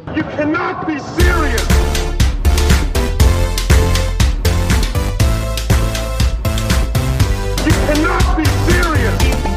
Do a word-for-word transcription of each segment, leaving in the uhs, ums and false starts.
You cannot be serious. You cannot be serious.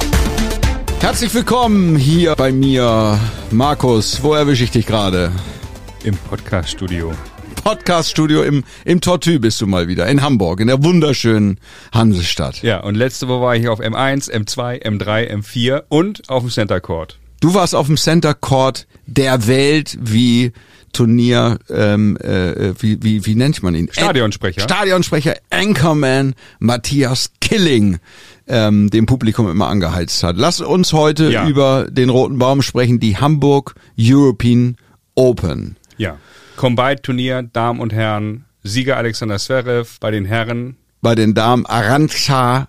Herzlich willkommen hier bei mir, Markus. Wo erwische ich dich gerade? Im Podcast-Studio. Podcast-Studio im, im Tortue bist du mal wieder, in Hamburg, in der wunderschönen Hansestadt. Ja, und letzte Woche war ich auf M eins, M zwei, M drei, M vier und auf dem Center Court. Du warst auf dem Center Court der Welt, wie Turnier, ähm, äh, wie, wie, wie nennt man ihn? Stadionsprecher. Stadionsprecher, Anchorman Matthias Killing, ähm, dem Publikum immer angeheizt hat. Lass uns heute Ja. über den Roten Baum sprechen, die Hamburg European Open. Ja. Combined-Turnier, Damen und Herren, Sieger Alexander Zverev, bei den Herren Bei den Damen Arantxa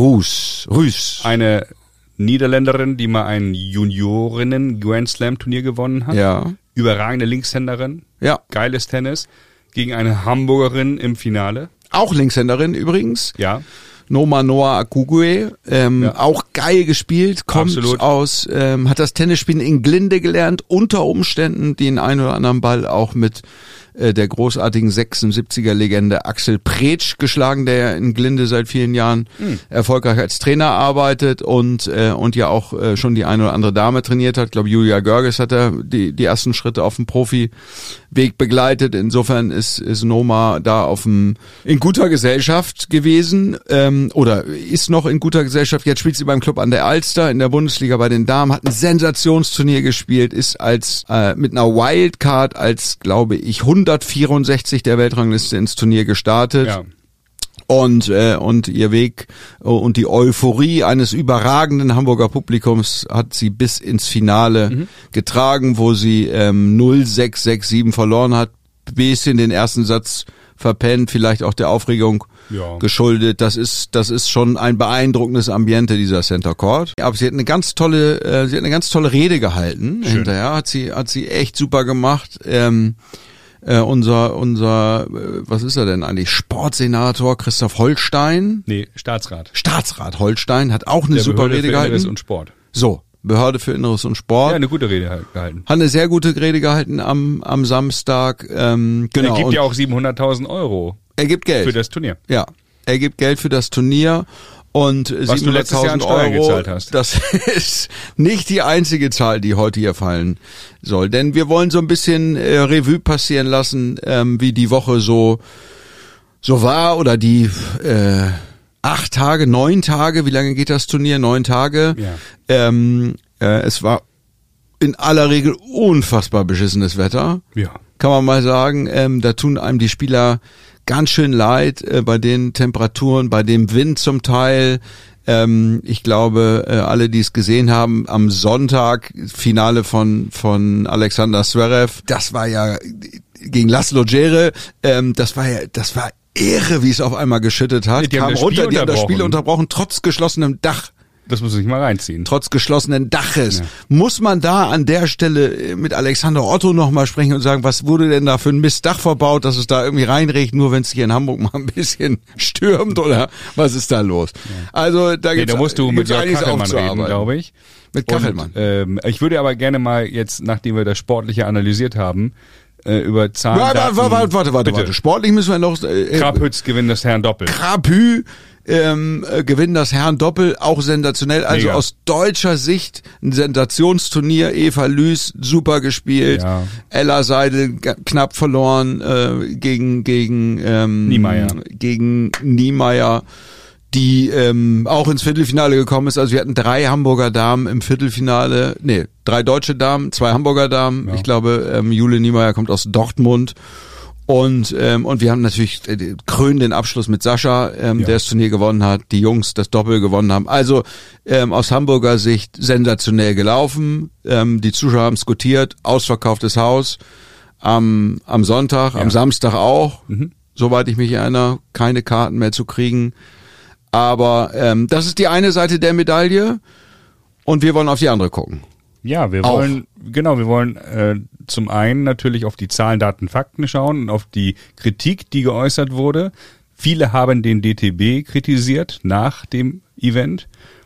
Rus. Rus. eine Niederländerin, die mal ein Juniorinnen-Grand Slam-Turnier gewonnen hat. Ja. Überragende Linkshänderin, Ja. geiles Tennis, gegen eine Hamburgerin im Finale. Auch Linkshänderin übrigens. Ja, Noma Noa Akugwe, ähm, Ja. auch geil gespielt, kommt Absolut. aus, ähm, hat das Tennisspielen in Glinde gelernt, unter Umständen den einen oder anderen Ball auch mit äh, der großartigen sechsundsiebziger-Legende Axel Pretsch geschlagen, der ja in Glinde seit vielen Jahren Hm. erfolgreich als Trainer arbeitet und äh, und ja auch äh, schon die eine oder andere Dame trainiert hat. Ich glaube, Julia Görges hat er die die ersten Schritte auf dem Profiweg begleitet. Insofern ist ist Noma da auf dem in guter Gesellschaft gewesen. Ähm, oder ist noch in guter Gesellschaft. Jetzt spielt sie beim Club an der Alster in der Bundesliga bei den Damen, hat ein Sensationsturnier gespielt, ist als äh, mit einer Wildcard als, glaube ich, hundertvierundsechzig der Weltrangliste ins Turnier gestartet. ja. Und äh, und ihr Weg äh, und die Euphorie eines überragenden Hamburger Publikums hat sie bis ins Finale Mhm. getragen, wo sie ähm, null sechs sechs sieben verloren hat, bisschen den ersten Satz verpennt, vielleicht auch der Aufregung Ja. geschuldet. Das ist das ist schon ein beeindruckendes Ambiente dieser Center Court. Aber sie hat eine ganz tolle äh, sie hat eine ganz tolle Rede gehalten. Schön. Hinterher hat sie hat sie echt super gemacht. Ähm, äh, unser unser äh, was ist er denn eigentlich? Sportsenator Christoph Holstein, Nee, Staatsrat. Staatsrat Holstein hat auch eine Der super Behörde Rede für Inneres gehalten. und Sport. So, Behörde für Inneres und Sport. Ja, eine gute Rede halt gehalten. Hat eine sehr gute Rede gehalten am am Samstag. Ähm, genau. Er gibt und ja auch siebenhunderttausend Euro er gibt Geld. für das Turnier. Ja, er gibt Geld für das Turnier und Was du letztes Jahr an siebenhunderttausend Steuern Euro. gezahlt hast. Das ist nicht die einzige Zahl, die heute hier fallen soll, denn wir wollen so ein bisschen äh, Revue passieren lassen, ähm, wie die Woche so so war oder die äh, acht Tage, neun Tage. Wie lange geht das Turnier? Neun Tage. Ja. Ähm, äh, es war in aller Regel unfassbar beschissenes Wetter. Ja. Kann man mal sagen, ähm, da tun einem die Spieler ganz schön leid, äh, bei den Temperaturen, bei dem Wind zum Teil. Ähm, ich glaube, äh, alle, die es gesehen haben, am Sonntag Finale von von Alexander Zverev, das war ja gegen Laszlo Djere, ähm, das war ja, das war irre, wie es auf einmal geschüttet hat. Die haben Kam das Spiel runter, die haben das Spiel unterbrochen. unterbrochen, trotz geschlossenem Dach. Das muss man sich mal reinziehen. Trotz geschlossenen Daches. Ja. Muss man da an der Stelle mit Alexander Otto nochmal sprechen und sagen, was wurde denn da für ein Mistdach verbaut, dass es da irgendwie reinregt, nur wenn es hier in Hamburg mal ein bisschen stürmt oder was ist da los? Ja. Also da Nee, gibt's, da musst du mit gibt's Jörg einiges Kachelmann reden, aufzuarbeiten. glaube ich. Mit Kachelmann. Und, ähm, ich würde aber gerne mal jetzt, nachdem wir das Sportliche analysiert haben, äh, über Zahlen, Warte, Daten... warte, warte, warte, warte, Bitte. warte. Sportlich müssen wir noch... Äh, Krapütz gewinnt das Herren Doppel. Krapü ähm, äh, gewinnen das Herren Doppel, auch sensationell. Also Mega. aus deutscher Sicht ein Sensationsturnier. Eva Lüß super gespielt. Ja. Ella Seidel g- knapp verloren äh, gegen gegen ähm, Niemeyer. gegen Niemeyer, die ähm, auch ins Viertelfinale gekommen ist. Also wir hatten drei Hamburger Damen im Viertelfinale. Nee, drei deutsche Damen, zwei Hamburger Damen. Ja. Ich glaube, ähm, Jule Niemeyer kommt aus Dortmund. Und ähm, und wir haben natürlich äh, krönenden Abschluss mit Sascha, ähm, Ja. der das Turnier gewonnen hat, die Jungs das Doppel gewonnen haben. Also ähm, aus Hamburger Sicht sensationell gelaufen. Ähm, die Zuschauer haben skutiert, ausverkauftes Haus am am Sonntag, Ja. am Samstag auch, Mhm. soweit ich mich erinnere, keine Karten mehr zu kriegen. Aber ähm, das ist die eine Seite der Medaille und wir wollen auf die andere gucken. Ja, wir Auch. wollen, genau, wir wollen äh, zum einen natürlich auf die Zahlen, Daten, Fakten schauen und auf die Kritik, die geäußert wurde. Viele haben den D T B kritisiert nach dem Event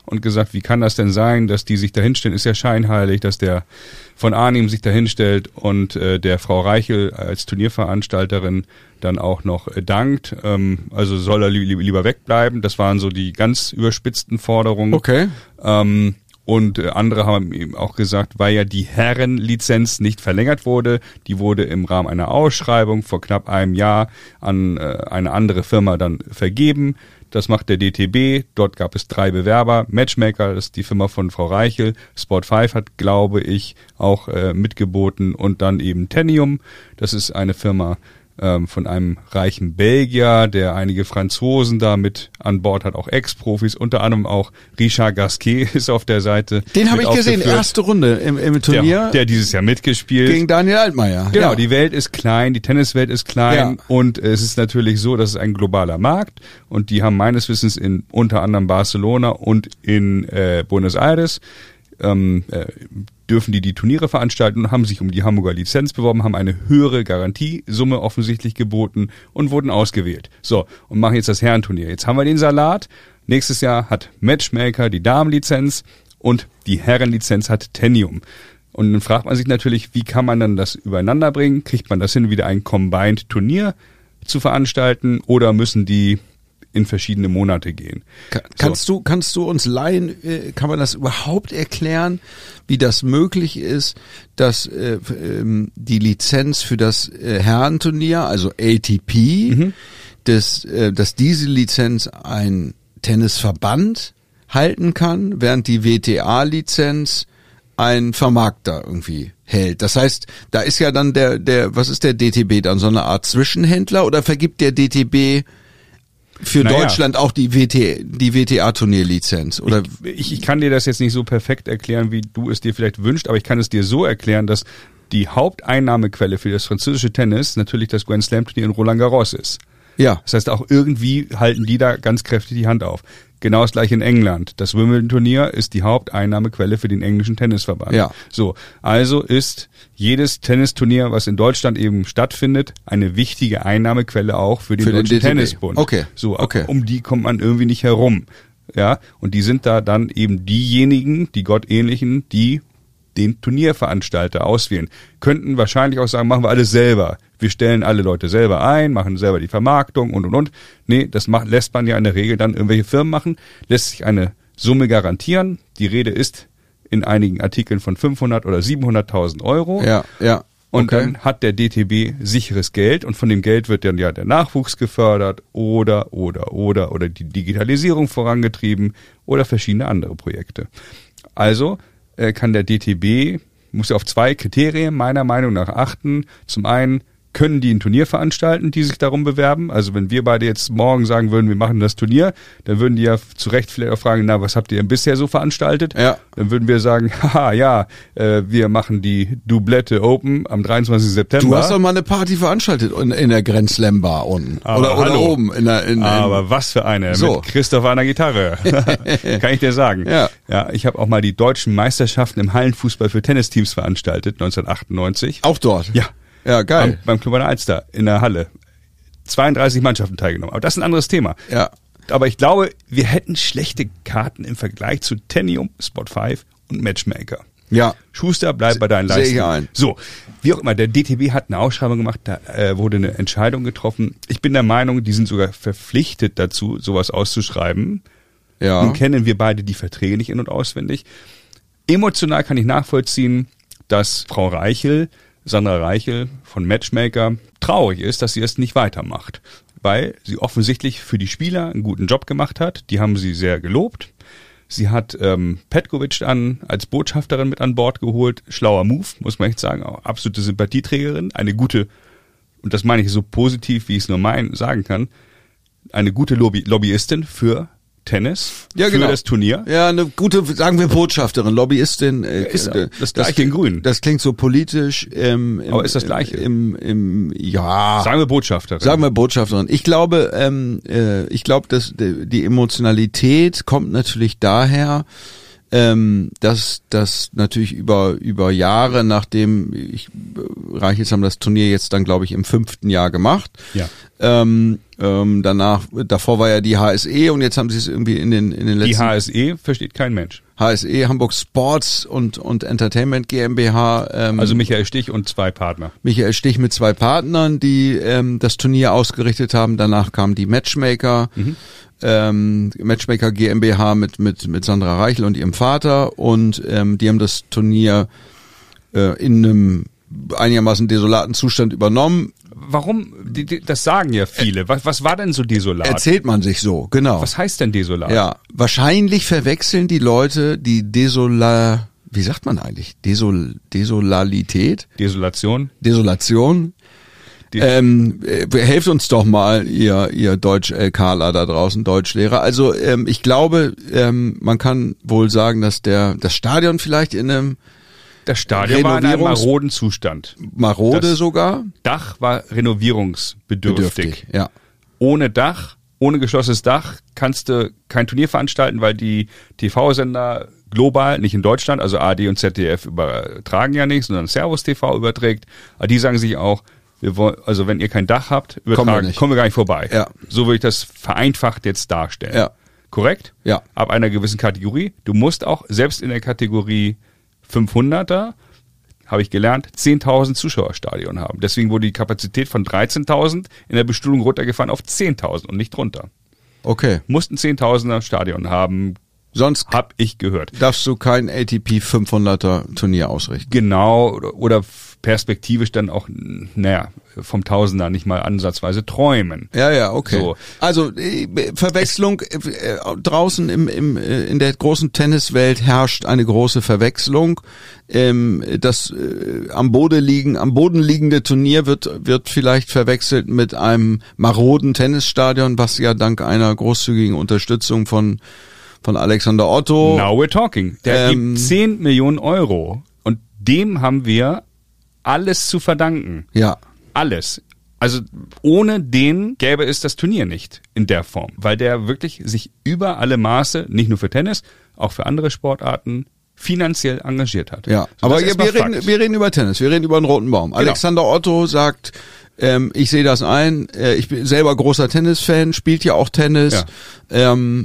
und gesagt, wie kann das denn sein, dass die sich da hinstellen, ist ja scheinheilig, dass der von Arnim sich da hinstellt und äh, der Frau Reichel als Turnierveranstalterin dann auch noch äh, dankt. Ähm, also soll er li- lieber wegbleiben. Das waren so die ganz überspitzten Forderungen. Okay. Ähm, Und äh, andere haben eben auch gesagt, weil ja die Herrenlizenz nicht verlängert wurde, die wurde im Rahmen einer Ausschreibung vor knapp einem Jahr an äh, eine andere Firma dann vergeben. Das macht der D T B. Dort gab es drei Bewerber. Matchmaker, das ist die Firma von Frau Reichel. Sport fünf hat, glaube ich, auch äh, mitgeboten. Und dann eben Tenium. Das ist eine Firma ähm, von einem reichen Belgier, der einige Franzosen da mit an Bord hat, auch Ex-Profis, unter anderem auch Richard Gasquet ist auf der Seite. Den habe ich gesehen, aufgeführt. erste Runde im, im Turnier. Der, der dieses Jahr mitgespielt. Gegen Daniel Altmaier. Genau, ja. die Welt ist klein, die Tenniswelt ist klein Ja. und es ist natürlich so, dass es ein globaler Markt und die haben meines Wissens in unter anderem Barcelona und in äh, Buenos Aires ähm, äh, dürfen die die Turniere veranstalten und haben sich um die Hamburger Lizenz beworben, haben eine höhere Garantiesumme offensichtlich geboten und wurden ausgewählt. So, und machen jetzt das Herrenturnier. Jetzt haben wir den Salat. Nächstes Jahr hat Matchmaker die Damenlizenz und die Herrenlizenz hat Tenium. Und dann fragt man sich natürlich, wie kann man dann das übereinander bringen? Kriegt man das hin, wieder ein Combined-Turnier zu veranstalten oder müssen die in verschiedene Monate gehen? Ka- Kannst du, kannst du uns Laien, äh, kann man das überhaupt erklären, wie das möglich ist, dass äh, f- ähm, die Lizenz für das äh, Herrenturnier, also A T P, Mhm. dass, äh, dass diese Lizenz ein Tennisverband halten kann, während die W T A-Lizenz ein Vermarkter irgendwie hält. Das heißt, da ist ja dann der, der, was ist der D T B dann, so eine Art Zwischenhändler oder vergibt der D T B für Naja. Deutschland auch die W T, die W T A-Turnierlizenz? Oder Ich, ich kann dir das jetzt nicht so perfekt erklären, wie du es dir vielleicht wünschst, aber ich kann es dir so erklären, dass die Haupteinnahmequelle für das französische Tennis natürlich das Grand Slam Turnier in Roland Garros ist. ja, Das heißt, auch irgendwie halten die da ganz kräftig die Hand auf. Genau das gleiche in England. Das Wimbledon-Turnier ist die Haupteinnahmequelle für den englischen Tennisverband. Ja. So, also ist jedes Tennisturnier, was in Deutschland eben stattfindet, eine wichtige Einnahmequelle auch für den Für den Deutschen D T B. Tennisbund. Okay. So, Okay. um die kommt man irgendwie nicht herum. Ja, und die sind da dann eben diejenigen, die Gottähnlichen, die den Turnierveranstalter auswählen. Könnten wahrscheinlich auch sagen, machen wir alles selber. Wir stellen alle Leute selber ein, machen selber die Vermarktung und und und. Nee, das macht, lässt man ja in der Regel dann irgendwelche Firmen machen, lässt sich eine Summe garantieren. Die Rede ist in einigen Artikeln von fünfhundert oder siebenhunderttausend Euro. ja, ja. Und okay. dann hat der D T B sicheres Geld und von dem Geld wird dann ja der Nachwuchs gefördert oder, oder, oder, oder die Digitalisierung vorangetrieben oder verschiedene andere Projekte. Also äh, kann der D T B, muss ja auf zwei Kriterien meiner Meinung nach achten. Zum einen, können die ein Turnier veranstalten, die sich darum bewerben? Also wenn wir beide jetzt morgen sagen würden, wir machen das Turnier, dann würden die ja zu Recht vielleicht auch fragen, na, was habt ihr denn bisher so veranstaltet? Ja. Dann würden wir sagen, haha, ja, äh, wir machen die Doublette Open am dreiundzwanzigsten September. Du hast doch mal eine Party veranstaltet in, in der Grand Slam Bar unten. Aber oder, oder hallo. oben in der, in, in, Aber was für eine, So. mit Christoph an der Gitarre, kann ich dir sagen. Ja. Ja, ich habe auch mal die deutschen Meisterschaften im Hallenfußball für Tennisteams veranstaltet, neunzehnhundertachtundneunzig. auch dort. Ja. Ja, geil. Beim, beim Club an der Alster in der Halle. zweiunddreißig Mannschaften teilgenommen. Aber das ist ein anderes Thema. Ja. Aber ich glaube, wir hätten schlechte Karten im Vergleich zu Tenium, Sport fünf und Matchmaker. Ja. Schuster, bleib bei deinen Sehe Leistungen. ich ein. So, wie auch immer, der D T B hat eine Ausschreibung gemacht, da äh, wurde eine Entscheidung getroffen. Ich bin der Meinung, die sind sogar verpflichtet dazu, sowas auszuschreiben. Ja. Nun kennen wir beide die Verträge nicht in- und auswendig. Emotional kann ich nachvollziehen, dass Frau Reichel, Sandra Reichel von Matchmaker, traurig ist, dass sie es nicht weitermacht. Weil sie offensichtlich für die Spieler einen guten Job gemacht hat. Die haben sie sehr gelobt. Sie hat ähm, Petkovic dann als Botschafterin mit an Bord geholt. Schlauer Move, muss man echt sagen. Auch absolute Sympathieträgerin. Eine gute, und das meine ich so positiv, wie ich es nur mein, sagen kann, eine gute Lobby- Lobbyistin für Tennis, Ja, für genau. das Turnier. Ja, eine gute, sagen wir Botschafterin, Lobbyistin. Äh, ist äh, das Gleiche in Grün. Das klingt so politisch. Ähm, im, Aber ist das Gleiche. Im, im, ja. Sagen wir Botschafterin. Sagen wir Botschafterin. Ich glaube, ähm, äh, ich glaube, dass die die Emotionalität kommt natürlich daher, ähm, dass das natürlich über über Jahre, nachdem ich äh, Reichels haben das Turnier jetzt dann, glaube ich, im fünften Jahr gemacht. Ja. Ähm, ähm, danach, davor war ja die H S E und jetzt haben sie es irgendwie in den in den letzten. Die H S E versteht kein Mensch. H S E, Hamburg Sports und und Entertainment GmbH. Ähm, Also Michael Stich und zwei Partner. Michael Stich mit zwei Partnern, die ähm, das Turnier ausgerichtet haben. Danach kamen die Matchmaker. Mhm. Ähm, Matchmaker GmbH mit mit mit Sandra Reichel und ihrem Vater und ähm, die haben das Turnier äh, in einem einigermaßen desolaten Zustand übernommen. Warum? Die, die, das sagen ja viele. Was, was war denn so desolat? Erzählt man sich so, genau. Was heißt denn desolat? Ja, wahrscheinlich verwechseln die Leute die Desola, wie sagt man eigentlich? Desol, Desolalität? Desolation? Desolation? Die, ähm, äh, helft uns doch mal, ihr, ihr Deutsch-LKler da draußen, Deutschlehrer. Also ähm, ich glaube, ähm, man kann wohl sagen, dass der das Stadion vielleicht in einem Das Stadion war in einem maroden Zustand. Marode das sogar? Dach war renovierungsbedürftig. Bedürftig, ja. Ohne Dach, ohne geschlossenes Dach kannst du kein Turnier veranstalten, weil die T V-Sender global, nicht in Deutschland, also A R D und Z D F übertragen ja nicht, sondern Servus T V überträgt. Aber die sagen sich auch, wir wollen, also wenn ihr kein Dach habt, übertragen, kommen wir, kommen wir gar nicht vorbei. Ja. So würde ich das vereinfacht jetzt darstellen. Ja. Korrekt? Ja. Ab einer gewissen Kategorie. Du musst auch, selbst in der Kategorie fünfhunderter, habe ich gelernt, zehntausend Zuschauerstadion haben. Deswegen wurde die Kapazität von dreizehntausend in der Bestuhlung runtergefahren auf zehntausend und nicht drunter. Okay. Mussten zehntausender Stadion haben. Sonst hab ich gehört. Darfst du kein A T P fünfhunderter Turnier ausrichten. Genau, oder, oder perspektivisch dann auch, naja, vom Tausender nicht mal ansatzweise träumen. Ja, ja, okay. So. Also äh, Verwechslung äh, draußen im, im äh, in der großen Tenniswelt herrscht eine große Verwechslung. Ähm, das äh, am Boden liegen, am Boden liegende Turnier wird wird vielleicht verwechselt mit einem maroden Tennisstadion, was ja dank einer großzügigen Unterstützung von von Alexander Otto. Now we're talking. Der ähm, gibt zehn Millionen Euro und dem haben wir alles zu verdanken. Ja. Alles. Also ohne den gäbe es das Turnier nicht in der Form, weil der wirklich sich über alle Maße, nicht nur für Tennis, auch für andere Sportarten finanziell engagiert hat. Ja, so, aber ja, wir, reden, wir reden über Tennis, wir reden über einen roten Baum. Genau. Alexander Otto sagt, ähm, ich sehe das ein, äh, ich bin selber großer Tennisfan, spielt ja auch Tennis, ja. Ähm,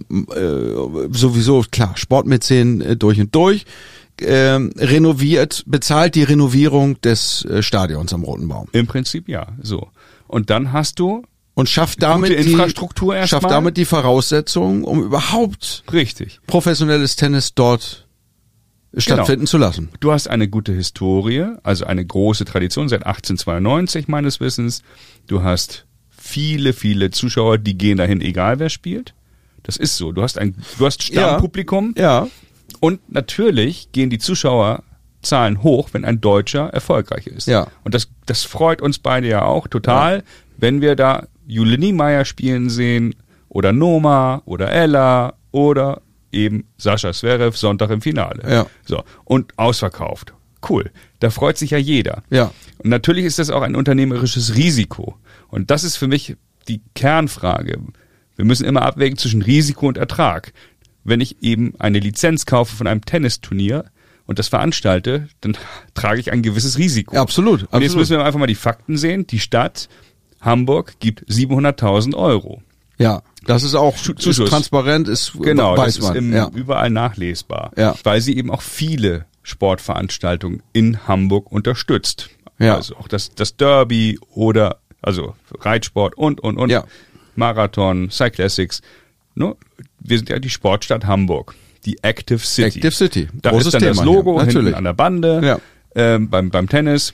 äh, sowieso, klar, Sportmäzen äh, durch und durch. Ähm, renoviert, bezahlt die Renovierung des äh, Stadions am Roten Baum. Im Prinzip ja, so. Und dann hast du und schafft damit gute Infrastruktur die, erstmal. Schafft damit die Voraussetzungen, um überhaupt richtig professionelles Tennis dort stattfinden genau. zu lassen. Du hast eine gute Historie, also eine große Tradition seit achtzehnhundertzweiundneunzig meines Wissens. Du hast viele, viele Zuschauer, die gehen dahin, egal wer spielt. Das ist so. Du hast ein, du hast Stammpublikum. Ja. ja. Und natürlich gehen die Zuschauerzahlen hoch, wenn ein Deutscher erfolgreich ist. Ja. Und das, das freut uns beide ja auch total, ja. wenn wir da Jule Niemeyer spielen sehen oder Noma oder Ella oder eben Sascha Zverev Sonntag im Finale. Ja. So. Und ausverkauft. Cool. Da freut sich ja jeder. Ja. Und natürlich ist das auch ein unternehmerisches Risiko. Und das ist für mich die Kernfrage. Wir müssen immer abwägen zwischen Risiko und Ertrag. Wenn ich eben eine Lizenz kaufe von einem Tennisturnier und das veranstalte, dann trage ich ein gewisses Risiko. Ja, absolut. Und absolut. jetzt müssen wir einfach mal die Fakten sehen. Die Stadt Hamburg gibt siebenhunderttausend Euro. Ja, das ist auch ist transparent, ist genau, weiß das man. ist im, ja. überall nachlesbar, ja. weil sie eben auch viele Sportveranstaltungen in Hamburg unterstützt. Ja. Also auch das, das Derby oder also Reitsport und, und, und. Ja. Marathon, Cyclassics. No, wir sind ja die Sportstadt Hamburg, die Active City. Active City, da großes ist dann Thema das Logo hier. hinten an der Bande, ja. ähm, beim, beim Tennis.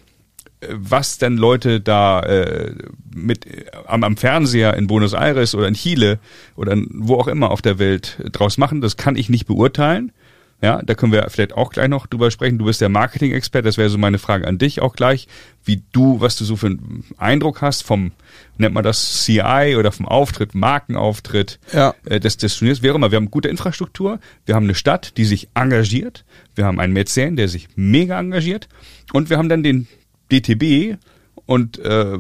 Was denn Leute da äh, mit äh, am, am Fernseher in Buenos Aires oder in Chile oder wo auch immer auf der Welt draus machen, das kann ich nicht beurteilen. Ja, da können wir vielleicht auch gleich noch drüber sprechen. Du bist der Marketing-Experte, das wäre so meine Frage an dich auch gleich, wie du, was du so für einen Eindruck hast vom, nennt man das C I oder vom Auftritt, Markenauftritt ja. äh, des, des Turniers. Wie auch immer, wir haben gute Infrastruktur, wir haben eine Stadt, die sich engagiert, wir haben einen Mäzen, der sich mega engagiert und wir haben dann den D T B und äh,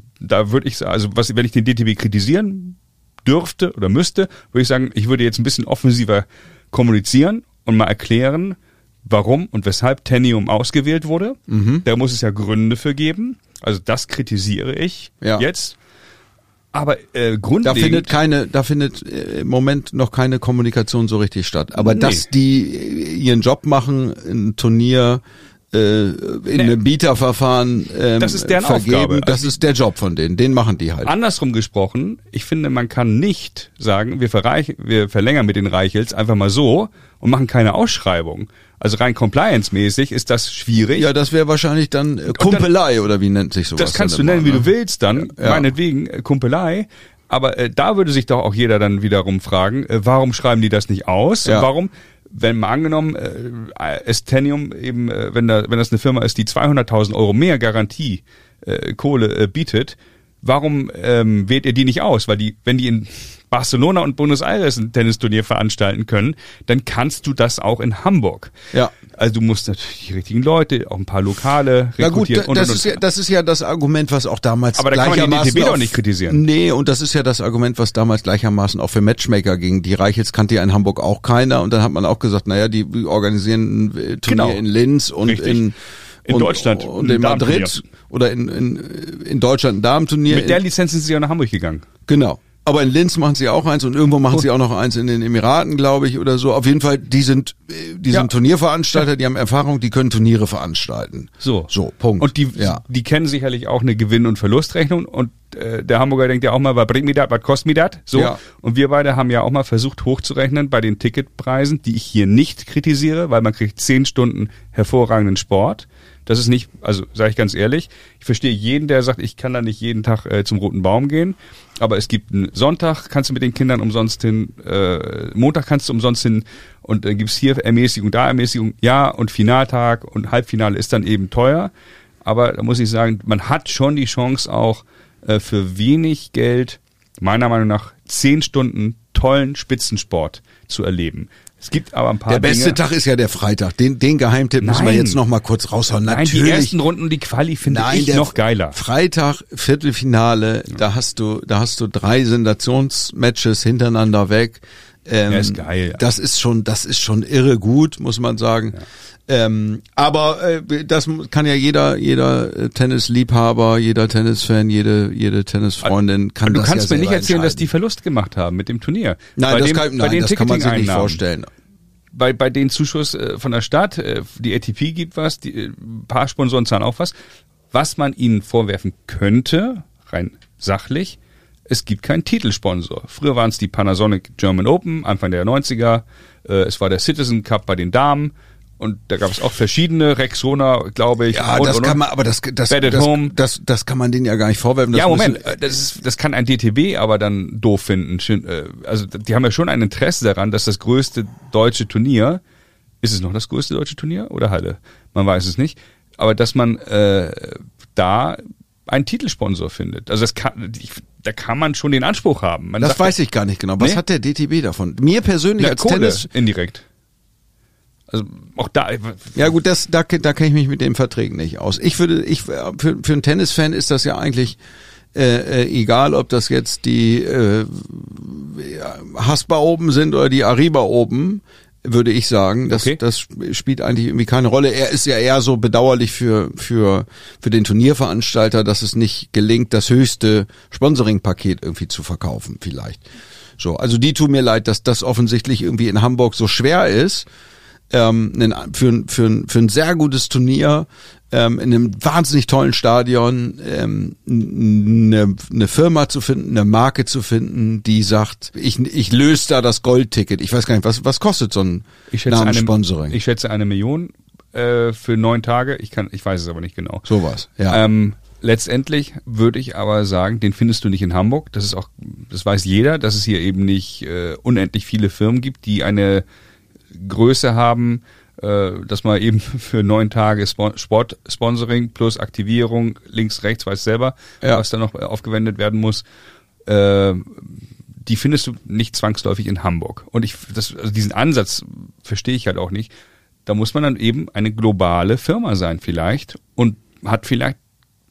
da würde ich sagen, also was, wenn ich den D T B kritisieren dürfte oder müsste, würde ich sagen, ich würde jetzt ein bisschen offensiver kommunizieren und mal erklären, warum und weshalb Tenium ausgewählt wurde. Mhm. Da muss es ja Gründe für geben. Also das kritisiere ich ja. jetzt. Aber äh, grundlegend... Da findet keine, da findet äh, im Moment noch keine Kommunikation so richtig statt. Aber nee. dass die ihren Job machen, ein Turnier äh, in nee. einem Bieterverfahren ähm, das ist deren vergeben, Aufgabe. das also ist der Job von denen. Den machen die halt. Andersrum gesprochen, ich finde, man kann nicht sagen, wir, verreich, wir verlängern mit den Reichels einfach mal so und machen keine Ausschreibung. Also rein compliance-mäßig ist das schwierig. Ja, das wäre wahrscheinlich dann äh, Kumpelei dann, oder wie nennt sich sowas? Das kannst du nennen, immer, wie ne? du willst dann, ja. meinetwegen äh, Kumpelei. Aber äh, da würde sich doch auch jeder dann wiederum fragen, äh, warum schreiben die das nicht aus? Ja. Und warum, wenn mal angenommen, äh, Estenium eben, äh, wenn da, wenn das eine Firma ist, die zweihunderttausend Euro mehr Garantie äh, Kohle äh, bietet, warum ähm, wählt ihr die nicht aus? Weil die, wenn die in Barcelona und Buenos Aires ein Tennisturnier veranstalten können, dann kannst du das auch in Hamburg. Ja. Also du musst natürlich die richtigen Leute, auch ein paar Lokale rekrutieren. Na gut, das, und, und, ist ja, das ist ja das Argument, was auch damals aber da kann man die D T B doch nicht kritisieren. Nee, und das ist ja das Argument, was damals gleichermaßen auch für Matchmaker ging. Die Reichels kannte ja in Hamburg auch keiner und dann hat man auch gesagt, naja, die organisieren ein Turnier genau. in Linz und Richtig. in in und, Deutschland und in Madrid oder in, in, in Deutschland ein Damenturnier. Mit der Lizenz sind sie ja nach Hamburg gegangen. Genau. Aber in Linz machen sie auch eins und irgendwo machen Gut. sie auch noch eins in den Emiraten, glaube ich, oder so. Auf jeden Fall, die sind, die Ja. sind Turnierveranstalter, die haben Erfahrung, die können Turniere veranstalten. So. So, Punkt. Und die, ja. die kennen sicherlich auch eine Gewinn- und Verlustrechnung und äh, der Hamburger denkt ja auch mal, was bringt mir das, was kostet mir das? So. Ja. Und wir beide haben ja auch mal versucht hochzurechnen bei den Ticketpreisen, die ich hier nicht kritisiere, weil man kriegt zehn Stunden hervorragenden Sport. Das ist nicht, also sage ich ganz ehrlich, ich verstehe jeden, der sagt, ich kann da nicht jeden Tag äh, zum Roten Baum gehen, aber es gibt einen Sonntag, kannst du mit den Kindern umsonst hin, äh, Montag kannst du umsonst hin und dann äh, gibt's hier Ermäßigung, da Ermäßigung, ja, und Finaltag und Halbfinale ist dann eben teuer, aber da muss ich sagen, man hat schon die Chance auch äh, für wenig Geld, meiner Meinung nach, zehn Stunden tollen Spitzensport zu erleben. Es gibt aber ein paar Der beste Dinge. Tag ist ja der Freitag. Den, den Geheimtipp müssen wir Nein. jetzt noch mal kurz raushauen. Nein, Natürlich. die ersten Runden, die Quali finde Nein, ich der noch geiler. Freitag, Viertelfinale, ja. da hast du, da hast du drei Sensationsmatches hintereinander weg. Ähm, ja, ist geil. Das ist schon, das ist schon irre gut, muss man sagen. Ja. Ähm, aber äh, das kann ja jeder, jeder Tennisliebhaber, jeder Tennisfan, jede, jede Tennisfreundin kann du das kannst ja mir nicht erzählen, dass die entscheiden. Verlust gemacht haben mit dem Turnier. Nein, bei das, dem, kann, bei nein, den das kann man sich nicht Ticketing-Einnahmen. vorstellen. Bei, bei den Zuschuss äh, von der Stadt, äh, die A T P gibt was, die, äh, ein paar Sponsoren zahlen auch was. Was man ihnen vorwerfen könnte, rein sachlich, es gibt keinen Titelsponsor. Früher waren es die Panasonic German Open, Anfang der neunziger, äh, es war der Citizen Cup bei den Damen und da gab es auch verschiedene, Rexona, glaube ich. Ja, und, das und, kann und. man, aber das, das, Bet at das, Home. das, das kann man denen ja gar nicht vorwerfen. Das Ja, Moment, müssen, äh, das, ist, das kann ein D T B aber dann doof finden. Schön, äh, Also die haben ja schon ein Interesse daran, dass das größte deutsche Turnier, ist es noch das größte deutsche Turnier oder Halle? Man weiß es nicht. Aber dass man äh, da einen Titelsponsor findet. Also das kann, ich, da kann man schon den Anspruch haben. Man das sagt, weiß ich gar nicht genau. Was Nee? hat der D T B davon? Mir persönlich ja, als Kohle, Tennis... indirekt. Also auch da... Ja gut, das, da, da kenne ich mich mit den Verträgen nicht aus. Ich würde, ich für, für einen Tennisfan ist das ja eigentlich äh, äh, egal, ob das jetzt die äh, Haspa Open sind oder die Ariba Open, würde ich sagen. Das, Okay. das spielt eigentlich irgendwie keine Rolle. Er ist ja eher so bedauerlich für für für den Turnierveranstalter, dass es nicht gelingt, das höchste Sponsoring-Paket irgendwie zu verkaufen, vielleicht. So, also die tun mir leid, dass das offensichtlich irgendwie in Hamburg so schwer ist. Ähm, für, für, für ein sehr gutes Turnier ähm, in einem wahnsinnig tollen Stadion ähm, eine, eine Firma zu finden, eine Marke zu finden, die sagt, ich, ich löse da das Goldticket. Ich weiß gar nicht, was, was kostet so ein Ich schätze, eine, Namenssponsoring? ich schätze eine Million äh, für neun Tage. Ich kann, ich weiß es aber nicht genau. Sowas, ja. Ähm, letztendlich würde ich aber sagen, den findest du nicht in Hamburg. Das ist auch, das weiß jeder, dass es hier eben nicht äh, unendlich viele Firmen gibt, die eine Größe haben, äh, dass man eben für neun Tage Spon- Sportsponsoring plus Aktivierung links, rechts, weiß selber, Ja. was da noch aufgewendet werden muss. Äh, die findest du nicht zwangsläufig in Hamburg. Und ich, das, also diesen Ansatz verstehe ich halt auch nicht. Da muss man dann eben eine globale Firma sein vielleicht und hat vielleicht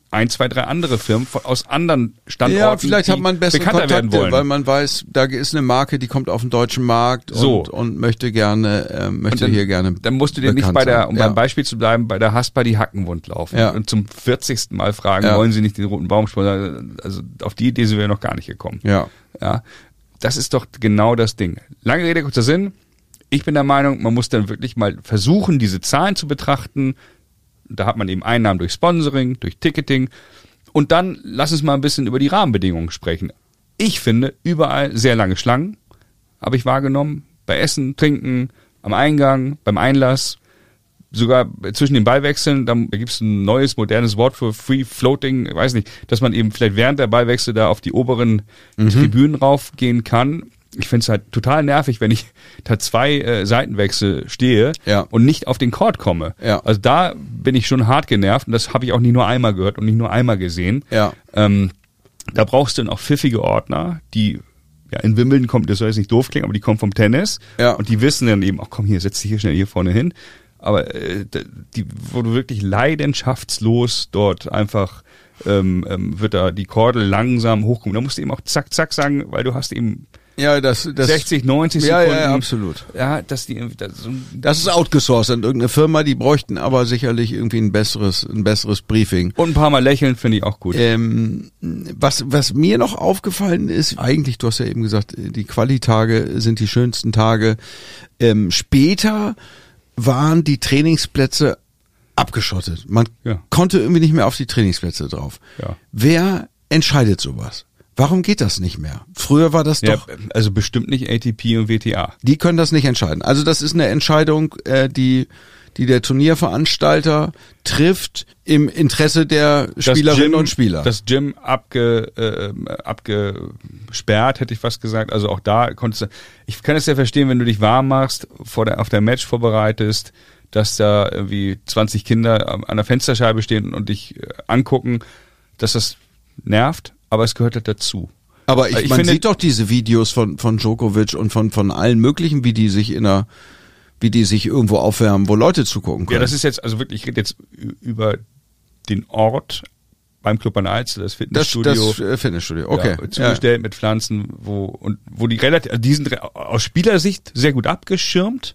ein, zwei, drei andere Firmen von, aus anderen Standorten, Ja, vielleicht hat man bessere bekannter werden Kontakte, wollen. weil man weiß, da ist eine Marke, die kommt auf den deutschen Markt So. und, und möchte gerne, äh, möchte dann, hier gerne. Dann musst du dir nicht bekannt bei der, sein. um ja. beim Beispiel zu bleiben, bei der Haspa die Hackenwund laufen Ja. und zum vierzigsten Mal fragen, Ja. wollen Sie nicht den roten Baum sponsern? Also auf die Idee sind wir noch gar nicht gekommen. Ja. Ja, das ist doch genau das Ding. Lange Rede, kurzer Sinn. Ich bin der Meinung, man muss dann wirklich mal versuchen, diese Zahlen zu betrachten. Da hat man eben Einnahmen durch Sponsoring, durch Ticketing. Und dann lass uns mal ein bisschen über die Rahmenbedingungen sprechen. Ich finde überall sehr lange Schlangen, habe ich wahrgenommen. Bei Essen, Trinken, am Eingang, beim Einlass, sogar zwischen den Ballwechseln. Da gibt es ein neues, modernes Wort für Free Floating, ich weiß nicht, dass man eben vielleicht während der Ballwechsel da auf die oberen mhm. Tribünen raufgehen kann. Ich finde es halt total nervig, wenn ich da zwei äh, Seitenwechsel stehe ja. und nicht auf den Court komme. Ja. Also da bin ich schon hart genervt und das habe ich auch nicht nur einmal gehört und nicht nur einmal gesehen. Ja. Ähm, da brauchst du dann auch pfiffige Ordner, die ja in Wimbledon kommt, das soll jetzt nicht doof klingen, aber die kommen vom Tennis ja. und die wissen dann eben, ach komm hier, setz dich hier schnell hier vorne hin. Aber äh, die, wo du wirklich leidenschaftslos dort einfach ähm, ähm, wird da die Kordel langsam hochkommen. Da musst du eben auch zack, zack sagen, weil du hast eben Ja, das, das sechzig, neunzig ja, Sekunden. Ja, ja, absolut. Ja, dass die, das, so das ist outgesourced an irgendeine Firma, die bräuchten aber sicherlich irgendwie ein besseres, ein besseres Briefing. Und ein paar Mal lächeln finde ich auch gut. Ähm, was, was mir noch aufgefallen ist, eigentlich, du hast ja eben gesagt, die Quali-Tage sind die schönsten Tage. Ähm, später waren die Trainingsplätze abgeschottet. Man Ja. konnte irgendwie nicht mehr auf die Trainingsplätze drauf. Ja. Wer entscheidet sowas? Warum geht das nicht mehr? Früher war das Ja, doch... also bestimmt nicht A T P und W T A. Die können das nicht entscheiden. Also das ist eine Entscheidung, äh, die die der Turnierveranstalter trifft im Interesse der Spielerinnen Gym, und Spieler. Das Gym abge, äh, abgesperrt, hätte ich fast gesagt. Also auch da konntest du, ich kann es ja verstehen, wenn du dich warm machst, vor der, auf der Match vorbereitest, dass da irgendwie zwanzig Kinder an der Fensterscheibe stehen und dich äh, angucken, dass das nervt, aber es gehört halt dazu. Aber ich, ich man finde, sieht doch diese Videos von von Djokovic und von von allen möglichen, wie die sich in einer, wie die sich irgendwo aufwärmen, wo Leute zugucken können. Ja, das ist jetzt, also wirklich, ich rede jetzt ü- über den Ort beim Club an der Alster, das das, Fitnessstudio. das äh, Fitnessstudio. Okay. Ja, zugestellt mit Pflanzen, wo, und, wo die relativ, also die sind re- aus Spielersicht sehr gut abgeschirmt.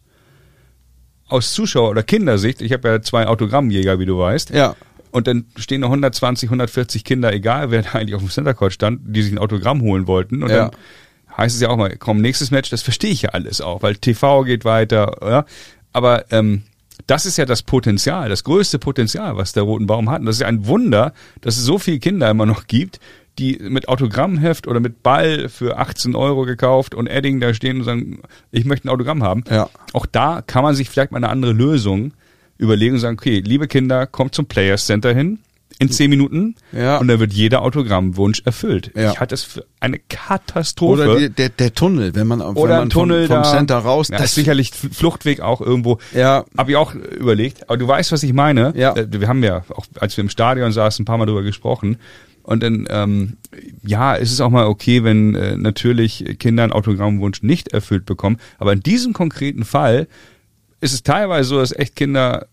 Aus Zuschauer- oder Kindersicht, ich habe ja zwei Autogrammjäger, wie du weißt. Ja. Und dann stehen noch hundertzwanzig, hundertvierzig Kinder, egal wer da eigentlich auf dem Center Court stand, die sich ein Autogramm holen wollten. Und Ja. dann heißt es ja auch mal, komm, nächstes Match, das verstehe ich ja alles auch, weil T V geht weiter, ja. Aber ähm, das ist ja das Potenzial, das größte Potenzial, was der Roten Baum hat. Und das ist ja ein Wunder, dass es so viele Kinder immer noch gibt, die mit Autogrammheft oder mit Ball für achtzehn Euro gekauft und Edding da stehen und sagen, ich möchte ein Autogramm haben. Ja. Auch da kann man sich vielleicht mal eine andere Lösung überlegen und sagen, okay, liebe Kinder, kommt zum Players Center hin in zehn Minuten Ja. und dann wird jeder Autogrammwunsch erfüllt. Ja. Ich halte das für eine Katastrophe. Oder die, der der Tunnel, wenn man wenn Oder man ein Tunnel vom, vom da. Center raus, Ja, das ist sicherlich Fluchtweg auch irgendwo. Ja. Habe ich auch überlegt. Aber du weißt, was ich meine. Ja. Äh, Wir haben ja, auch als wir im Stadion saßen, ein paar Mal drüber gesprochen. Und dann, ähm, ja, ist es auch mal okay, wenn äh, natürlich Kinder einen Autogrammwunsch nicht erfüllt bekommen. Aber in diesem konkreten Fall ist es teilweise so, dass echt Kinder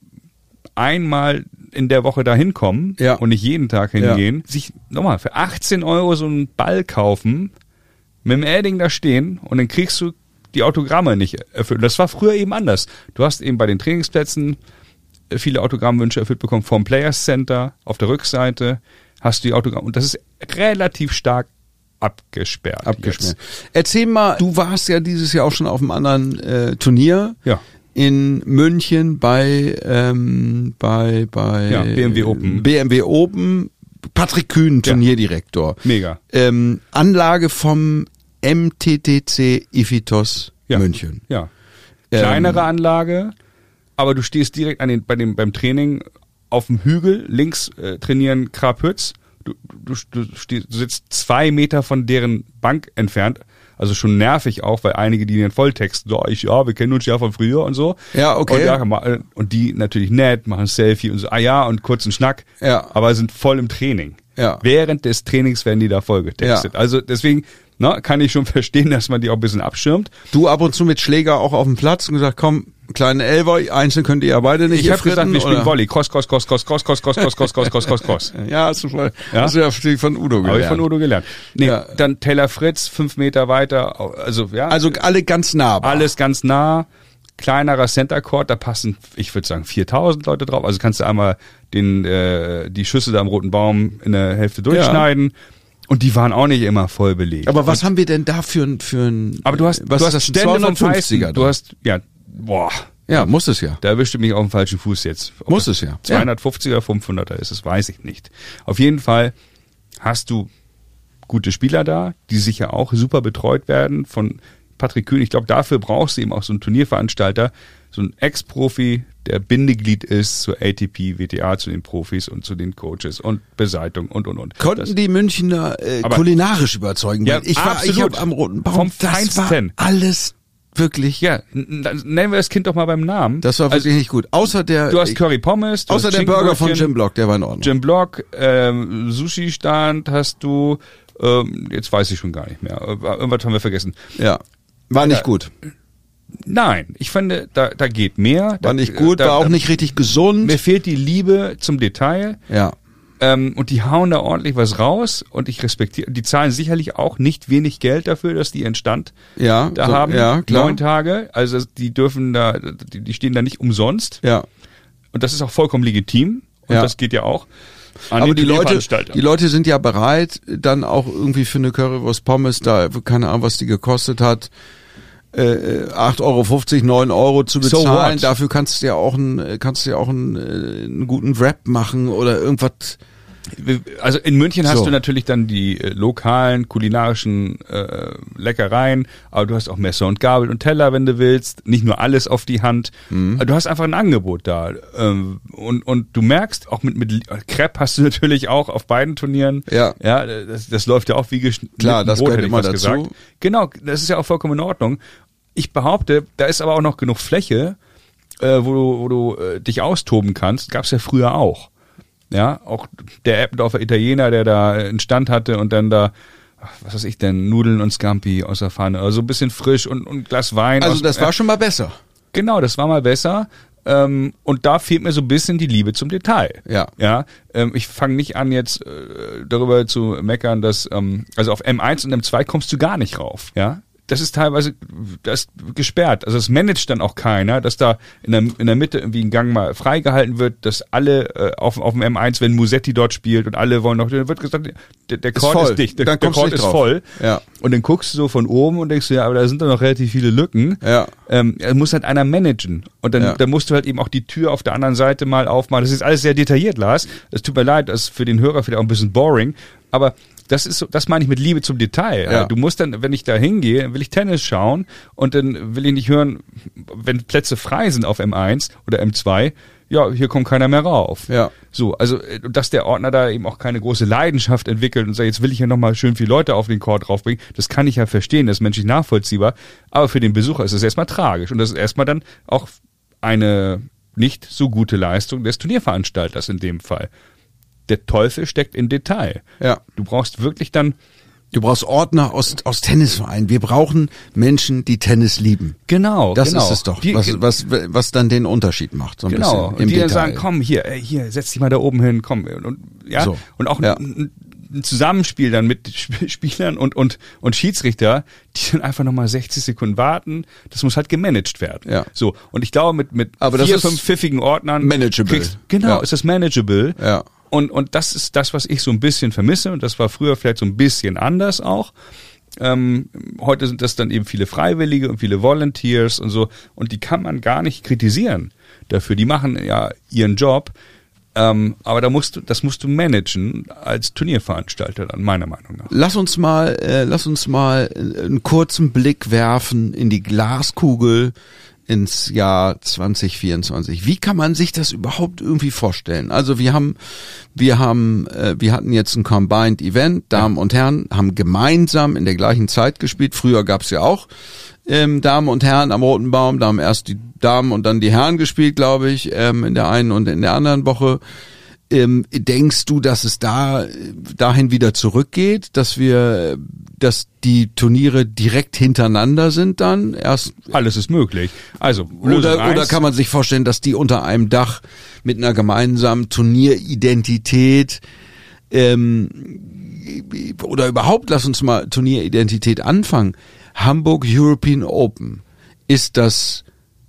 einmal in der Woche da hinkommen Ja. und nicht jeden Tag hingehen, sich nochmal für achtzehn Euro so einen Ball kaufen, mit dem Edding da stehen und dann kriegst du die Autogramme nicht erfüllt. Das war früher eben anders. Du hast eben bei den Trainingsplätzen viele Autogrammwünsche erfüllt bekommen vom Players Center, auf der Rückseite hast du die Autogramme und das ist relativ stark abgesperrt. abgesperrt. jetzt. Erzähl mal, du warst ja dieses Jahr auch schon auf einem anderen äh, Turnier. Ja. In München bei ähm, bei bei Ja, B M W Open. B M W Open. Patrick Kühn, Turnierdirektor. Mega. Ähm, Anlage vom M T T C Ifitos Ja. München. Ja. Kleinere Ähm, Anlage, aber du stehst direkt an den, bei dem, beim Training auf dem Hügel, links äh, trainieren Krapütz. Du, du, du, stehst, du sitzt zwei Meter von deren Bank entfernt. Also schon nervig auch, weil einige, die den Volltext, so, ich, ja, wir kennen uns ja von früher und so. Ja, okay. Und, ja, ma- und die natürlich nett, machen ein Selfie und so, ah ja, und kurzen Schnack. Ja. Aber sind voll im Training. Ja. Während des Trainings werden die da voll getextet. Ja. Also deswegen, Na, kann ich schon verstehen, dass man die auch ein bisschen abschirmt. Du ab und zu mit Schläger auch auf dem Platz und gesagt, komm, kleine Elfer, einzeln könnt ihr ja beide nicht. Ich habe gesagt, wir spielen Volley. Cross, cross, cross, cross, cross, cross, cross, cross, cross, cross, cross, cross, cross. Ja, hast du, voll, Ja? hast du ja von Udo gelernt. Habe ich von Udo gelernt. Nee, Ja. dann Taylor Fritz, fünf Meter weiter, also ja. Also alle ganz nah. alles ganz nah, kleinerer Center Court, da passen, ich würde sagen, viertausend Leute drauf. Also kannst du einmal den äh, die Schüsse da am Roten Baum in der Hälfte durchschneiden. Und die waren auch nicht immer voll belegt. Aber was haben wir denn da für ein, für ein, Aber du hast, was du hast ist das, ein Stände vom zweihundertfünfziger Feißen. Du hast, ja, boah, ja, muss es ja. da erwischte mich auf dem falschen Fuß jetzt. Ob Muss das es ja. zweihundertfünfziger, fünfhunderter ist, das weiß ich nicht. Auf jeden Fall hast du gute Spieler da, die sicher auch super betreut werden von Patrick Kühn. Ich glaube, dafür brauchst du eben auch so einen Turnierveranstalter, so ein Ex-Profi, der Bindeglied ist zur A T P, W T A, zu den Profis und zu den Coaches und Beseitung und, und, und. Konnten das, die Münchner äh, Aber- kulinarisch überzeugen? Ja, Weil ich war, ich absolut. hab am Roten Baum, Vom das Feinsten. war alles wirklich, ja, n- n- nennen wir das Kind doch mal beim Namen. das war wirklich nicht gut. Außer der, Du hast Curry Pommes, du außer hast der Burger von Schinkenbrötchen, Jim Block, der war in Ordnung. Jim Block, ähm, Sushi-Stand hast du, ähm, jetzt weiß ich schon gar nicht mehr. Äh, Irgendwas haben wir vergessen. Ja, war nicht Ja. gut. Nein, ich finde, da, da geht mehr. War da, nicht gut, da, war auch da, nicht richtig gesund. Mir fehlt die Liebe zum Detail. Ja. Ähm, und die hauen da ordentlich was raus und ich respektiere, die zahlen sicherlich auch nicht wenig Geld dafür, dass die Entstand Ja, da so, haben. ja, klar. Neun Tage, also die dürfen da, die, die stehen da nicht umsonst Ja. und das ist auch vollkommen legitim und Ja. das geht ja auch an Aber den die Leute, Turnierveranstalter. die Leute sind ja bereit, dann auch irgendwie für eine Currywurst Pommes, da, keine Ahnung, was die gekostet hat, äh, acht Euro fünfzig, neun Euro zu So bezahlen. what? Dafür kannst du ja auch einen, kannst du ja auch einen, äh, einen guten Wrap machen oder irgendwas. Also in München hast So. du natürlich dann die äh, lokalen kulinarischen äh, Leckereien, aber du hast auch Messer und Gabel und Teller, wenn du willst. Nicht nur alles auf die Hand. Mhm. Du hast einfach ein Angebot da. Ähm, und, und du merkst, auch mit, mit Crepe hast du natürlich auch auf beiden Turnieren. Ja. Ja, das, das läuft ja auch wie geschnitten Klar, das Brot, gehört hätte ich immer fast dazu. gesagt. Genau, das ist ja auch vollkommen in Ordnung. Ich behaupte, da ist aber auch noch genug Fläche, äh, wo du, wo du äh, dich austoben kannst. Gab's ja früher auch. Ja, auch der Eppendorfer Italiener, der da einen Stand hatte und dann da, ach, was weiß ich denn, Nudeln und Scampi aus der Pfanne, also ein bisschen frisch und und ein Glas Wein. Also aus, das war schon mal besser. Genau, das war mal besser. Ähm, und da fehlt mir so ein bisschen die Liebe zum Detail. Ja. Ja. Ähm, ich fange nicht an jetzt äh, darüber zu meckern, dass ähm, also auf M eins und M zwei kommst du gar nicht rauf. Ja. Das ist teilweise das ist gesperrt. Also es managt dann auch keiner, dass da in der, in der Mitte irgendwie ein Gang mal freigehalten wird, dass alle äh, auf, auf dem M eins, wenn Musetti dort spielt und alle wollen noch, dann wird gesagt, der, der Court voll. ist dicht, der, Dann der kommst du Court nicht ist drauf. voll. Ja. Und dann guckst du so von oben und denkst du, ja, aber da sind doch noch relativ viele Lücken. Ja. Ähm, er muss halt einer managen. Und dann, Ja. dann musst du halt eben auch die Tür auf der anderen Seite mal aufmachen. Das ist alles sehr detailliert, Lars. Es tut mir leid, das ist für den Hörer vielleicht auch ein bisschen boring. Aber das ist so, das meine ich mit Liebe zum Detail. Ja. Du musst dann, wenn ich da hingehe, will ich Tennis schauen und dann will ich nicht hören, wenn Plätze frei sind auf M eins oder M zwei, ja, hier kommt keiner mehr rauf. Ja. So, also, äh, dass der Ordner da eben auch keine große Leidenschaft entwickelt und sagt, jetzt will ich ja nochmal schön viele Leute auf den Court draufbringen, das kann ich ja verstehen, das ist menschlich nachvollziehbar, aber für den Besucher ist es erstmal tragisch und das ist erstmal dann auch eine nicht so gute Leistung des Turnierveranstalters in dem Fall. Der Teufel steckt im Detail. Ja. Du brauchst wirklich dann, Du brauchst Ordner aus, aus Tennisvereinen. Wir brauchen Menschen, die Tennis lieben. genau, Das genau. ist es doch, Die, was, was, was dann den Unterschied macht. So ein genau, bisschen und im die Detail. dann sagen, komm, hier, ey, hier, setz dich mal da oben hin, komm. Und, und ja, So. und auch Ja. ein, ein Zusammenspiel dann mit Sp- Spielern und, und, und Schiedsrichter, die dann einfach nochmal sechzig Sekunden warten. Das muss halt gemanagt werden. Ja. So. Und ich glaube, mit, mit Aber das vier, ist fünf pfiffigen Ordnern manageable. kriegst- genau, Ja. ist das manageable. Ja. Und, und das ist das, was ich so ein bisschen vermisse. Und das war früher vielleicht so ein bisschen anders auch. Ähm, heute sind das dann eben viele Freiwillige und viele Volunteers und so. Und die kann man gar nicht kritisieren dafür. Die machen ja ihren Job. Ähm, aber da musst du, das musst du managen als Turnierveranstalter dann, meiner Meinung nach. Lass uns mal, äh, lass uns mal einen kurzen Blick werfen in die Glaskugel ins Jahr zwanzig vierundzwanzig. Wie kann man sich das überhaupt irgendwie vorstellen? Also wir haben, wir haben, äh, wir hatten jetzt ein Combined Event. Damen und Herren haben gemeinsam in der gleichen Zeit gespielt. Früher gab's ja auch ähm, Damen und Herren am Roten Baum. Da haben erst die Damen und dann die Herren gespielt, glaube ich, ähm, in der einen und in der anderen Woche. Ähm, denkst du, dass es da dahin wieder zurückgeht, dass wir, dass die Turniere direkt hintereinander sind dann? Erst Alles ist möglich. Also oder, oder kann man sich vorstellen, dass die unter einem Dach mit einer gemeinsamen Turnieridentität ähm, oder überhaupt, lass uns mal Turnieridentität anfangen. Hamburg European Open, ist das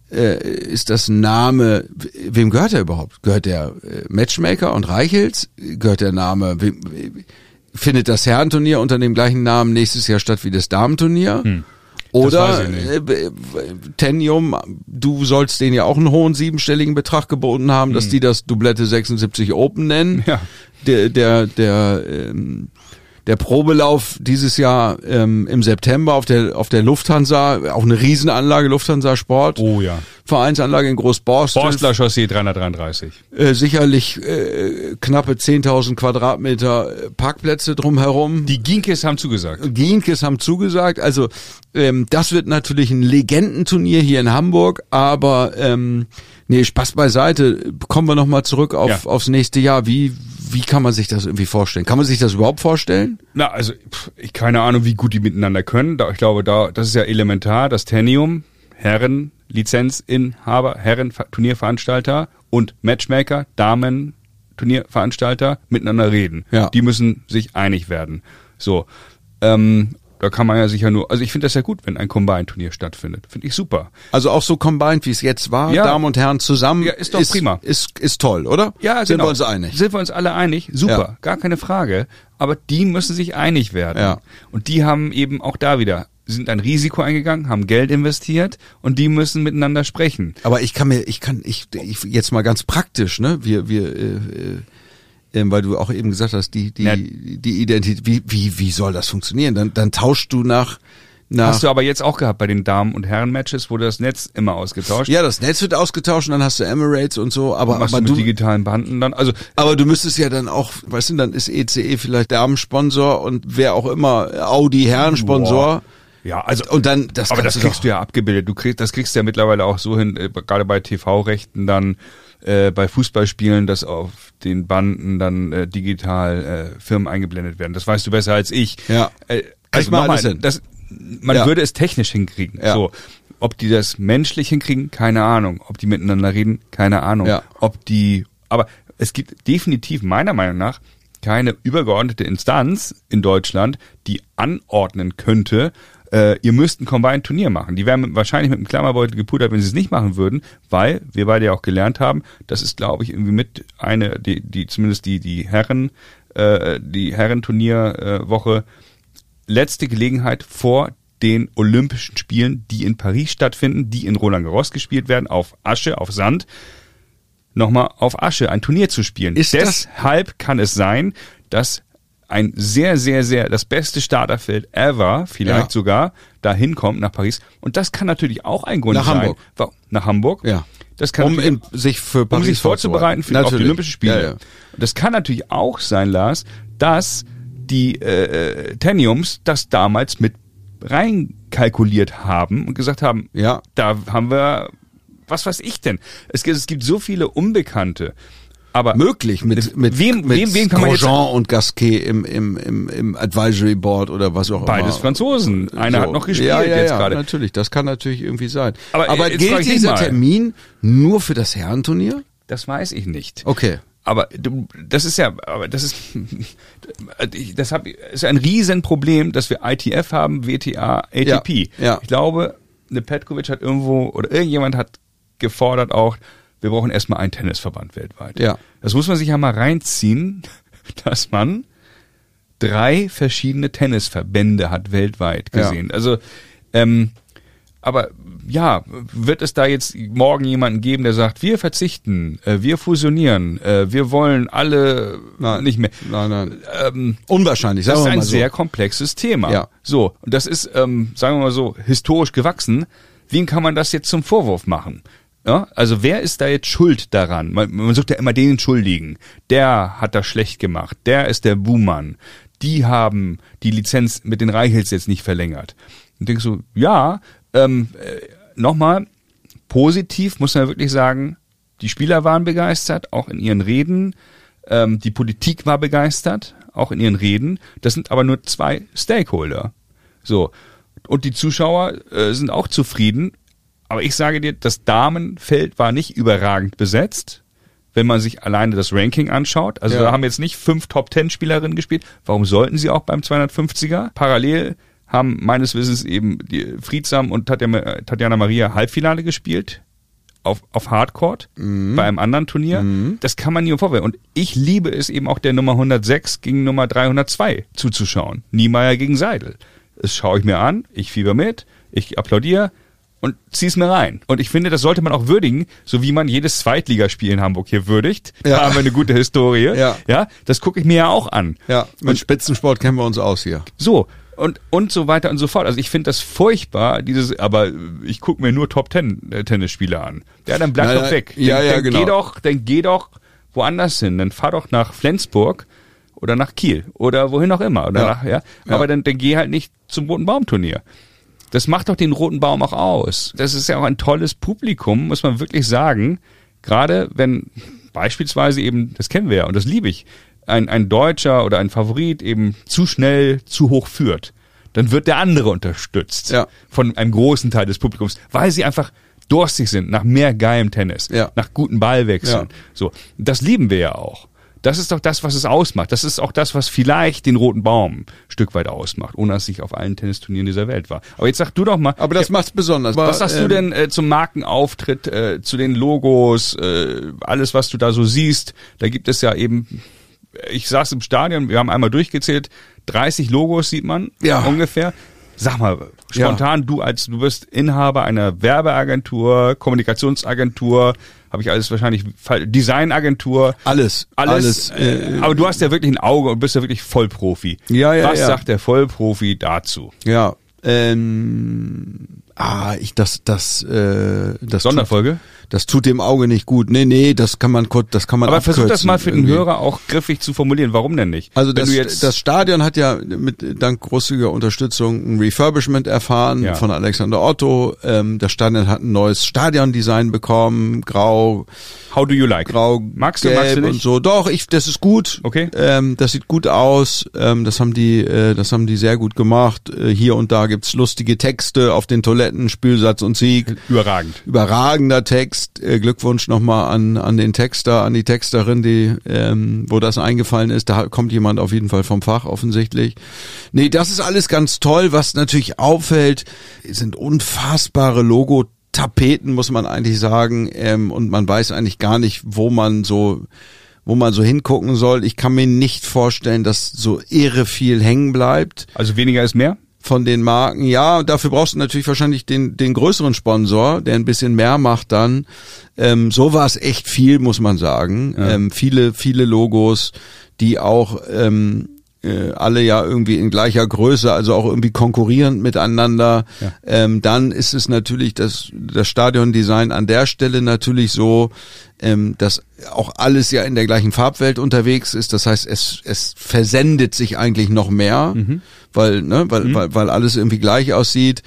ist das ein Name, wem gehört der überhaupt? Gehört der Matchmaker und Reichels? Gehört der Name, wem, findet das Herrenturnier unter dem gleichen Namen nächstes Jahr statt wie das Damenturnier? Hm. Oder äh, Tenium, du sollst denen ja auch einen hohen siebenstelligen Betrag geboten haben, hm. dass die das Doublette sechsundsiebzig Open nennen. Ja. Der, der, der, ähm, Der Probelauf dieses Jahr ähm, im September auf der auf der Lufthansa, auch eine Riesenanlage, Lufthansa Sport. Oh ja. Vereinsανlage in Großborstel. Borstler Chaussee dreihundertdreiunddreißig. Äh, sicherlich äh, knappe zehntausend Quadratmeter Parkplätze drumherum. Die Ginkes haben zugesagt. Ginkes haben zugesagt. Also ähm, das wird natürlich ein Legendenturnier hier in Hamburg, aber ähm, nee, Spaß beiseite. Kommen wir nochmal zurück auf ja. aufs nächste Jahr. Wie Wie kann man sich das irgendwie vorstellen? Kann man sich das überhaupt vorstellen? Na, also ich keine Ahnung, wie gut die miteinander können. Da, ich glaube, da das ist ja elementar, dass Tenium, Herren Lizenzinhaber, Herren Turnierveranstalter und Matchmaker, Damen Turnierveranstalter miteinander reden. Ja. Die müssen sich einig werden. So, ähm, da kann man ja sicher nur, also ich finde das ja gut, wenn ein Combined-Turnier stattfindet. Finde ich super. Also auch so Combined, wie es jetzt war, ja. Damen und Herren zusammen. Ja, ist doch ist, prima. Ist, ist toll, oder? Ja, sind genau. wir uns einig. Sind wir uns alle einig? Super, ja. Gar keine Frage. Aber die müssen sich einig werden. Ja. Und die haben eben auch da wieder, sind ein Risiko eingegangen, haben Geld investiert und die müssen miteinander sprechen. Aber ich kann mir, ich kann, ich, ich jetzt mal ganz praktisch, ne? Wir, wir, äh, äh, weil du auch eben gesagt hast, die die ja. die Identität, wie wie wie soll das funktionieren? Dann dann tauschst du nach nach Hast du aber jetzt auch gehabt bei den Damen- und Herren-Matches, wurde das Netz immer ausgetauscht? Ja, das Netz wird ausgetauscht und dann hast du Emirates und so, aber machst aber du mit du digitalen Banden dann, also aber du müsstest ja dann auch, weißt du, dann ist E C E vielleicht Damensponsor und wer auch immer Audi Herrensponsor. Boah. Ja, also und dann das aber das du kriegst doch. du ja abgebildet. Du kriegst das kriegst du ja mittlerweile auch so hin, äh, gerade bei T V-Rechten dann äh, bei Fußballspielen, dass auf den Banden dann äh, digital äh, Firmen eingeblendet werden. Das weißt du besser als ich. Ja. Äh, also mal nochmal, das man ja. würde es technisch hinkriegen. Ja. So, ob die das menschlich hinkriegen, keine Ahnung. Ob die miteinander reden, keine Ahnung. Ja. Ob die, aber es gibt definitiv meiner Meinung nach keine übergeordnete Instanz in Deutschland, die anordnen könnte, äh, ihr müsst ein Combined-Turnier machen. Die wären mit, wahrscheinlich mit einem Klammerbeutel gepudert, wenn sie es nicht machen würden, weil wir beide ja auch gelernt haben, das ist, glaube ich, irgendwie mit eine, die, die zumindest die die Herren, äh, die Herrenturnierwoche äh, letzte Gelegenheit vor den Olympischen Spielen, die in Paris stattfinden, die in Roland Garros gespielt werden, auf Asche, auf Sand, nochmal auf Asche ein Turnier zu spielen. Ist Deshalb das kann es sein, dass ein sehr, sehr, sehr, das beste Starterfeld ever, vielleicht ja. sogar, dahin kommt nach Paris. Und das kann natürlich auch ein Grund nach sein. Hamburg. Nach Hamburg. Ja. Das kann um in, sich für Paris um sich vorzubereiten für die Olympischen Spiele. Ja, ja. Das kann natürlich auch sein, Lars, dass die äh, Teniums das damals mit reinkalkuliert haben und gesagt haben, ja. da haben wir, was weiß ich denn? Es gibt, es gibt so viele Unbekannte. Aber möglich mit mit wem, mit wem, wem kann man jetzt und Gasquet im im im im Advisory Board oder was auch beides immer. Franzosen. Einer so. hat noch gespielt ja, ja, jetzt ja, gerade. Natürlich, das kann natürlich irgendwie sein. Aber, Aber jetzt gilt dieser mal. Termin nur für das Herrenturnier? Das weiß ich nicht. Okay. Aber du, das ist ja, aber das ist, das hab, ist ein Riesenproblem, dass wir I T F haben, W T A, A T P. Ja, ja. Ich glaube, eine Petkovic hat irgendwo oder irgendjemand hat gefordert auch, wir brauchen erstmal einen Tennisverband weltweit. Ja. Das muss man sich ja mal reinziehen, dass man drei verschiedene Tennisverbände hat weltweit gesehen. Ja. Also, ähm, aber ja, wird es da jetzt morgen jemanden geben, der sagt, wir verzichten, äh, wir fusionieren, äh, wir wollen alle nein, nicht mehr. Nein, nein. Ähm, Unwahrscheinlich. Das sagen ist wir ein mal so. sehr komplexes Thema. Ja. So, und das ist, ähm, sagen wir mal so, historisch gewachsen. Wem kann man das jetzt zum Vorwurf machen? Ja, also wer ist da jetzt schuld daran? Man, man sucht ja immer den Schuldigen. Der hat das schlecht gemacht. Der ist der Buhmann. Die haben die Lizenz mit den Reichels jetzt nicht verlängert. Und denkst du, ja, ähm, äh, nochmal, positiv muss man wirklich sagen, die Spieler waren begeistert, auch in ihren Reden. Ähm, die Politik war begeistert, auch in ihren Reden. Das sind aber nur zwei Stakeholder. So. Und die Zuschauer äh, sind auch zufrieden. Aber ich sage dir, das Damenfeld war nicht überragend besetzt, wenn man sich alleine das Ranking anschaut. Also ja. da haben jetzt nicht fünf Top-Ten-Spielerinnen gespielt. Warum sollten sie auch beim zweihundertfünfziger? Parallel haben meines Wissens eben die Friedsam und Tatjana, Tatjana Maria Halbfinale gespielt. Auf, auf Hardcourt, mhm. bei einem anderen Turnier. Mhm. Das kann man nie vorwerfen. Und ich liebe es eben auch, der Nummer hundertsechs gegen Nummer dreihundertzwei zuzuschauen. Niemeyer gegen Seidel. Das schaue ich mir an, ich fieber mit, ich applaudiere und zieh's mir rein. Und ich finde, das sollte man auch würdigen, so wie man jedes Zweitligaspiel in Hamburg hier würdigt. Ja. Da haben wir eine gute Historie. Ja. Ja, das gucke ich mir ja auch an. Ja, mit und Spitzensport kennen wir uns aus hier. So. Und, und so weiter und so fort. Also ich finde das furchtbar, dieses, aber ich gucke mir nur Top-Ten-Tennisspieler an. Ja, dann bleib Na, doch weg. ja, dann, ja, dann genau. geh doch, dann geh doch woanders hin. Dann fahr doch nach Flensburg oder nach Kiel oder wohin auch immer. Oder Ja. nach, ja. Ja. Aber dann, dann geh halt nicht zum Roten Baum-Turnier. Das macht doch den Roten Baum auch aus. Das ist ja auch ein tolles Publikum, muss man wirklich sagen. Gerade wenn beispielsweise eben, das kennen wir ja und das liebe ich, ein, ein Deutscher oder ein Favorit eben zu schnell, zu hoch führt, dann wird der andere unterstützt Ja. von einem großen Teil des Publikums, weil sie einfach durstig sind nach mehr geilem Tennis, Ja. nach guten Ballwechseln. Ja. So, das lieben wir ja auch. Das ist doch das, was es ausmacht. Das ist auch das, was vielleicht den Roten Baum ein Stück weit ausmacht, ohne dass ich auf allen Tennisturnieren dieser Welt war. Aber jetzt sag du doch mal. Aber das ja, macht's besonders. was Aber, sagst du ähm, denn äh, zum Markenauftritt, äh, zu den Logos, äh, alles, was du da so siehst? Da gibt es ja eben, ich saß im Stadion, wir haben einmal durchgezählt, dreißig Logos sieht man Ja. ungefähr. Sag mal, spontan, du als, du bist Inhaber einer Werbeagentur, Kommunikationsagentur, habe ich alles wahrscheinlich, Designagentur. Alles, Alles, alles. äh, äh, aber du hast ja wirklich ein Auge und bist ja wirklich Vollprofi. Ja, ja, Was ja. sagt der Vollprofi dazu? Ja, ähm, ah, ich das das äh, das Sonderfolge? Tut, das tut dem Auge nicht gut. Nee, nee, das kann man kurz, das kann man Aber abkürzen versuch das mal für den irgendwie. Hörer auch griffig zu formulieren. Warum denn nicht? Also Wenn das, du jetzt, das Stadion hat ja mit dank großzügiger Unterstützung ein Refurbishment erfahren Ja. von Alexander Otto. Ähm, das Stadion hat ein neues Stadiondesign bekommen, grau, how do you like? grau, Magst du, gelb magst du nicht? und so. Doch, ich, das ist gut. Okay. Ähm, das sieht gut aus. Ähm, das haben die, äh, das haben die sehr gut gemacht. Äh, hier und da gibt's lustige Texte auf den Toiletten, Spielsatz und Sieg. Überragend. Überragender Text. Äh, Glückwunsch nochmal an an den Texter, an die Texterin, die ähm, wo das eingefallen ist. Da kommt jemand auf jeden Fall vom Fach offensichtlich. Nee, das ist alles ganz toll. Was natürlich auffällt, sind unfassbare Logo. Tapeten, muss man eigentlich sagen, ähm, und man weiß eigentlich gar nicht, wo man so wo man so hingucken soll. Ich kann mir nicht vorstellen, dass so irre viel hängen bleibt Also weniger ist mehr? von den Marken. Ja, dafür brauchst du natürlich wahrscheinlich den den größeren Sponsor, der ein bisschen mehr macht dann. Ähm, so war es echt viel, muss man sagen. Ja. Ähm, viele, viele Logos, die auch ähm, äh, alle ja irgendwie in gleicher Größe, also auch irgendwie konkurrierend miteinander. Ja. Ähm, dann ist es natürlich das, das Stadiondesign an der Stelle natürlich so, ähm, dass auch alles ja in der gleichen Farbwelt unterwegs ist. Das heißt, es, es versendet sich eigentlich noch mehr, Mhm. weil, ne, weil, Mhm. weil, weil alles irgendwie gleich aussieht.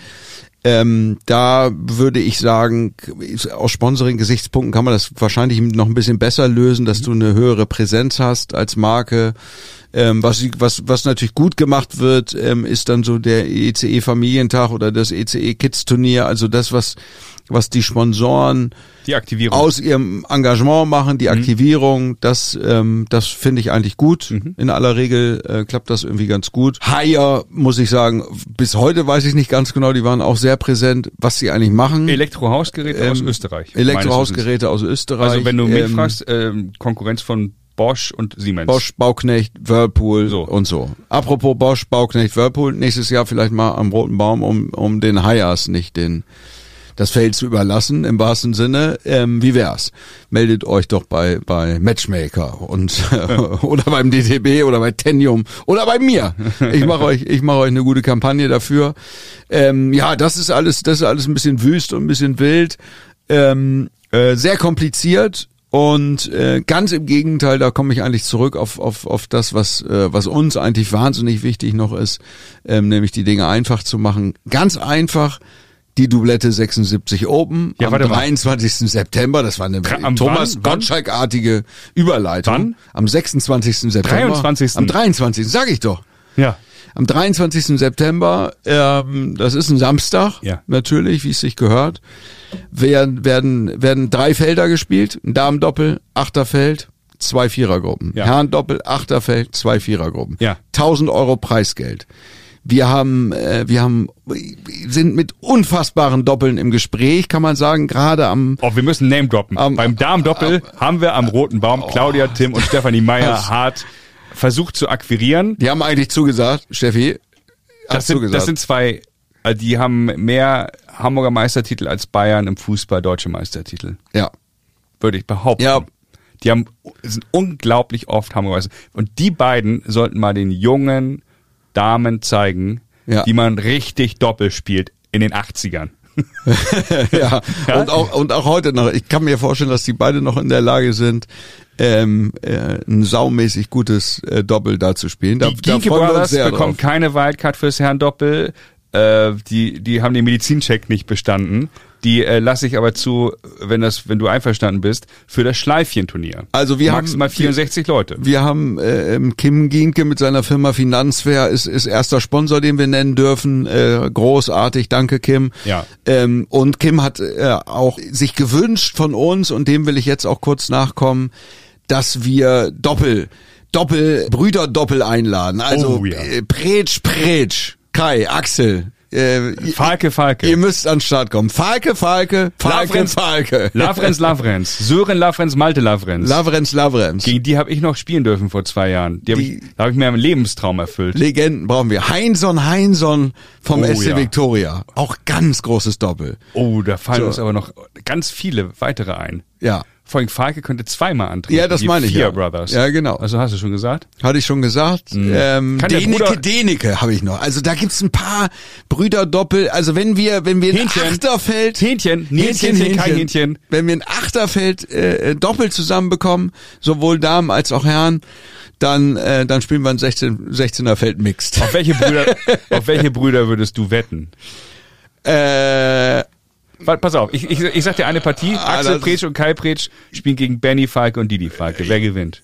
Ähm, da würde ich sagen, aus Sponsoring-Gesichtspunkten kann man das wahrscheinlich noch ein bisschen besser lösen, dass du eine höhere Präsenz hast als Marke. Ähm, was, was, was natürlich gut gemacht wird, ähm, ist dann so der E C E-Familientag oder das E C E-Kids-Turnier, also das, was, was die Sponsoren Die Aktivierung. aus ihrem Engagement machen, die Aktivierung, das ähm, das finde ich eigentlich gut. Mhm. In aller Regel äh, klappt das irgendwie ganz gut. Haier, muss ich sagen, bis heute weiß ich nicht ganz genau, die waren auch sehr präsent, was sie eigentlich machen. Elektrohausgeräte aus Ähm, Österreich. Elektrohausgeräte aus meines Österreich. Wissens. Also wenn du mich ähm, fragst, ähm, Konkurrenz von Bosch und Siemens. Bosch, Bauknecht, Whirlpool So. und so. Apropos Bosch, Bauknecht, Whirlpool, nächstes Jahr vielleicht mal am Roten Baum, um um den Haiers nicht den das Feld zu überlassen, im wahrsten Sinne. Ähm, wie wär's? Meldet euch doch bei bei Matchmaker und oder beim D T B oder bei Tenium oder bei mir. Ich mache euch ich mache euch eine gute Kampagne dafür. Ähm, ja, das ist alles das ist alles ein bisschen wüst und ein bisschen wild, ähm, äh, sehr kompliziert. Und äh, ganz im Gegenteil, da komme ich eigentlich zurück auf auf auf das, was äh, was uns eigentlich wahnsinnig wichtig noch ist, ähm, nämlich die Dinge einfach zu machen. Ganz einfach, die Doublette sechsundsiebzig Open Ja, am warte mal. dreiundzwanzigsten September. Das war eine Dra- am Thomas wann? Wann? Gottschalk-artige Überleitung. Wann? Am sechsundzwanzigsten September. dreiundzwanzigsten Am dreiundzwanzigsten Sag ich doch. Ja. Am dreiundzwanzigsten September, ähm, das ist ein Samstag, Ja. natürlich, wie es sich gehört, werden, werden, werden drei Felder gespielt. Ein Damendoppel, Achterfeld, zwei Vierergruppen. Ja. Herrendoppel, Achterfeld, zwei Vierergruppen. Ja. tausend Euro Preisgeld. Wir haben, äh, wir haben, sind mit unfassbaren Doppeln im Gespräch, kann man sagen, gerade am, Oh, wir müssen Name droppen. Am- Beim Damendoppel haben wir am Roten Baum Claudia Tim und Stefanie Meyer hart versucht zu akquirieren. die haben eigentlich zugesagt, Steffi, Das hast sind, zugesagt. das sind zwei, äh, die haben mehr Hamburger Meistertitel als Bayern im Fußball deutsche Meistertitel. ja. Würde ich behaupten. Ja. Die haben, sind unglaublich oft Hamburger Meister. Und die beiden sollten mal den jungen Damen zeigen, Ja. wie man richtig Doppel spielt in den achtzigern. ja. Ja. Und auch und auch heute noch. Ich kann mir vorstellen, dass die beide noch in der Lage sind, ähm, äh, ein saumäßig gutes äh, Doppel da zu spielen. Da, Die da Gienke freuen wir uns Brothers sehr bekommen drauf. keine Wildcard fürs Herrendoppel. Äh, die, die haben den Medizincheck nicht bestanden. Die äh, lasse ich aber zu, wenn das, wenn du einverstanden bist, für das Schleifchenturnier. Also wir Maximal haben vierundsechzig Leute. Wir haben äh, Kim Gienke mit seiner Firma Finanzfair ist ist erster Sponsor, den wir nennen dürfen. Äh, großartig, danke Kim. Ja. Ähm, und Kim hat äh, auch sich gewünscht von uns, und dem will ich jetzt auch kurz nachkommen, dass wir Doppel, Doppel, Brüderdoppel einladen. Also Oh, ja. äh, Pretsch, Pretsch, Kai, Axel. Äh, Falke, Falke. Ihr müsst an den Start kommen. Falke, Falke, Falke, Lavrenz, Falke. Lavrenz, Lavrenz. Sören Lavrenz, Malte Lavrenz. Lavrenz, Lavrenz. Gegen die habe ich noch spielen dürfen vor zwei Jahren. Die hab Die- ich, da habe ich mir einen Lebenstraum erfüllt. Legenden brauchen wir. Heinson, Heinson vom Oh, S C ja. Victoria. Auch ganz großes Doppel. Oh, da fallen So. uns aber noch ganz viele weitere ein. Ja. Vor allem Falke könnte zweimal antreten. Ja, das Die meine ich, Vier ja. Brothers. Ja, genau. Also hast du schon gesagt? Hatte ich schon gesagt. Ähm, Kann der Denike, Bruder- Denike habe ich noch. Also da gibt's ein paar Brüderdoppel. Also wenn wir, wenn wir ein Hähnchen. Achterfeld, Hähnchen. Nils Hähnchen, kein Hähnchen. Wenn wir ein Achterfeld äh, Doppel zusammenbekommen, sowohl Damen als auch Herren, dann äh, dann spielen wir ein sechzehn, sechzehner Feld Mixed. Auf welche Brüder, auf welche Brüder würdest du wetten? Äh, Warte, pass auf, ich, ich, ich sag dir eine Partie. Ah, Axel das- Pretsch und Kai Pretsch spielen gegen Benny Falke und Didi Falke. Wer gewinnt?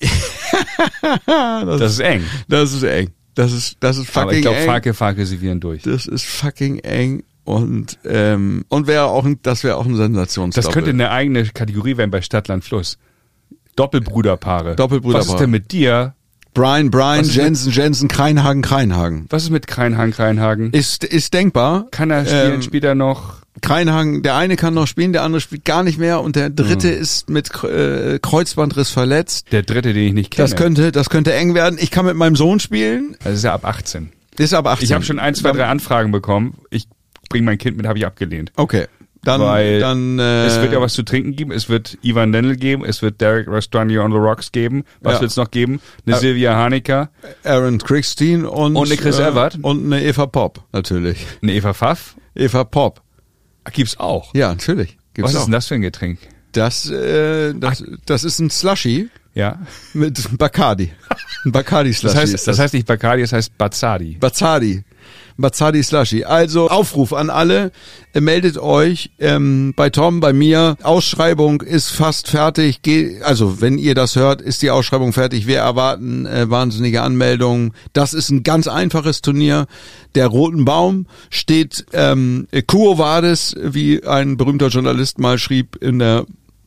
Das ist eng. das ist eng. Das ist das ist fucking Aber ich glaube, eng. Falke, Falke, sie werden durch. Das ist fucking eng. Und ähm, und wäre auch ein, das wäre auch ein Sensationsdoppel. Das könnte eine eigene Kategorie werden bei Stadtland Fluss. Doppelbruderpaare. Doppelbruderpaare. Was ist denn mit dir? Brian, Brian, Was ist mit- Jensen, Jensen, Kreinhagen, Kreinhagen. Was ist mit Kreinhagen, Kreinhagen? Ist ist denkbar. Kann er spielen? Ähm, Spielt er noch? Kreinhagen, der eine kann noch spielen, der andere spielt gar nicht mehr, und der dritte ist mit äh, Kreuzbandriss verletzt. Der dritte, den ich nicht kenne. Das könnte, das könnte eng werden. Ich kann mit meinem Sohn spielen. Das ist ja ab achtzehn. Ist aber achtzehn. Ich habe schon ein, zwei, drei Anfragen bekommen. Ich bringe mein Kind mit, habe ich abgelehnt. Okay. Dann, Weil dann äh, es wird ja was zu trinken geben, es wird Ivan Lendl geben, es wird Derek Restaurant on the Rocks geben. Was Ja. wird's noch geben? Eine Äh, Silvia Hanecker, Aaron Christine und Und eine Chris äh, Evert. und eine Eva Pop natürlich. eine Eva Pfaff. Eva Pop. Gibt's auch. Ja, natürlich. Gibt's Was ist auch. denn das für ein Getränk? Das, äh, das, das ist ein Slushy Ja. mit Bacardi. Ein Bacardi Slushy Das heißt, ist das heißt nicht Bacardi, das heißt Bazzadi. Bazzadi. Bazzadi Slushy. Also Aufruf an alle, äh, meldet euch ähm, bei Tom, bei mir. Ausschreibung ist fast fertig. Ge also wenn ihr das hört, ist die Ausschreibung fertig. Wir erwarten äh, wahnsinnige Anmeldungen. Das ist ein ganz einfaches Turnier. Der Roten Baum steht ähm, Quo Vadis, wie ein berühmter Journalist mal schrieb in der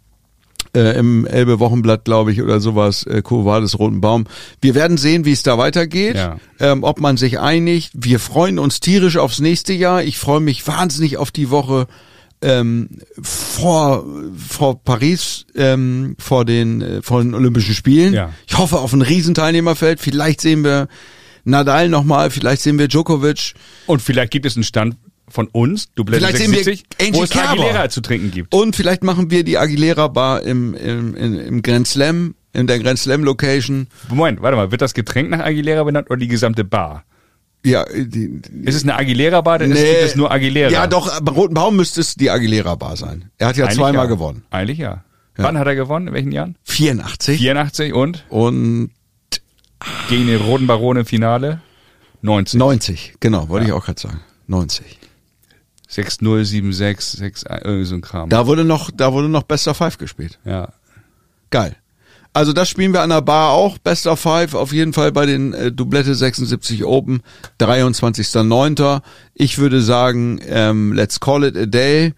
äh, im Elbe Wochenblatt, glaube ich, oder sowas, äh, Quo Vadis Roten Baum. Wir werden sehen, wie es da weitergeht, Ja. ähm, ob man sich einigt. Wir freuen uns tierisch aufs nächste Jahr. Ich freue mich wahnsinnig auf die Woche ähm, vor vor Paris, ähm, vor den äh, vor den Olympischen Spielen. Ja. Ich hoffe auf ein Riesenteilnehmerfeld. Vielleicht sehen wir Nadal nochmal, vielleicht sehen wir Djokovic. Und vielleicht gibt es einen Stand von uns, Doublette Vielleicht sehen wir sechsundsiebzig, Angie wo es Kerber. Aguilera zu trinken gibt. Und vielleicht machen wir die Aguilera Bar im, im, im, im Grand Slam, in der Grand Slam Location. Moment, warte mal, wird das Getränk nach Aguilera benannt oder die gesamte Bar? Ja, die, Ist es eine Aguilera-Bar, denn es Nee. gibt es nur Aguilera? ja doch, bei Roten Baum müsste es die Aguilera Bar sein. Er hat ja Eigentlich zweimal ja. gewonnen. Eigentlich ja. Wann hat er gewonnen? In welchen Jahren? vierundachtzig. vierundachtzig und Und gegen den Roten Baron im Finale? neunzig. neunzig, genau, wollte Ja. ich auch gerade sagen. neunzig. sechs null, sieben sechs, sechs eins, irgendwie so ein Kram. Da wurde noch, da wurde noch Best of Five gespielt. Ja. Geil. Also das spielen wir an der Bar auch, Best of Five, auf jeden Fall bei den äh, Doublette sechsundsiebzig Open, dreiundzwanzigster neunter Ich würde sagen, ähm, let's call it a day.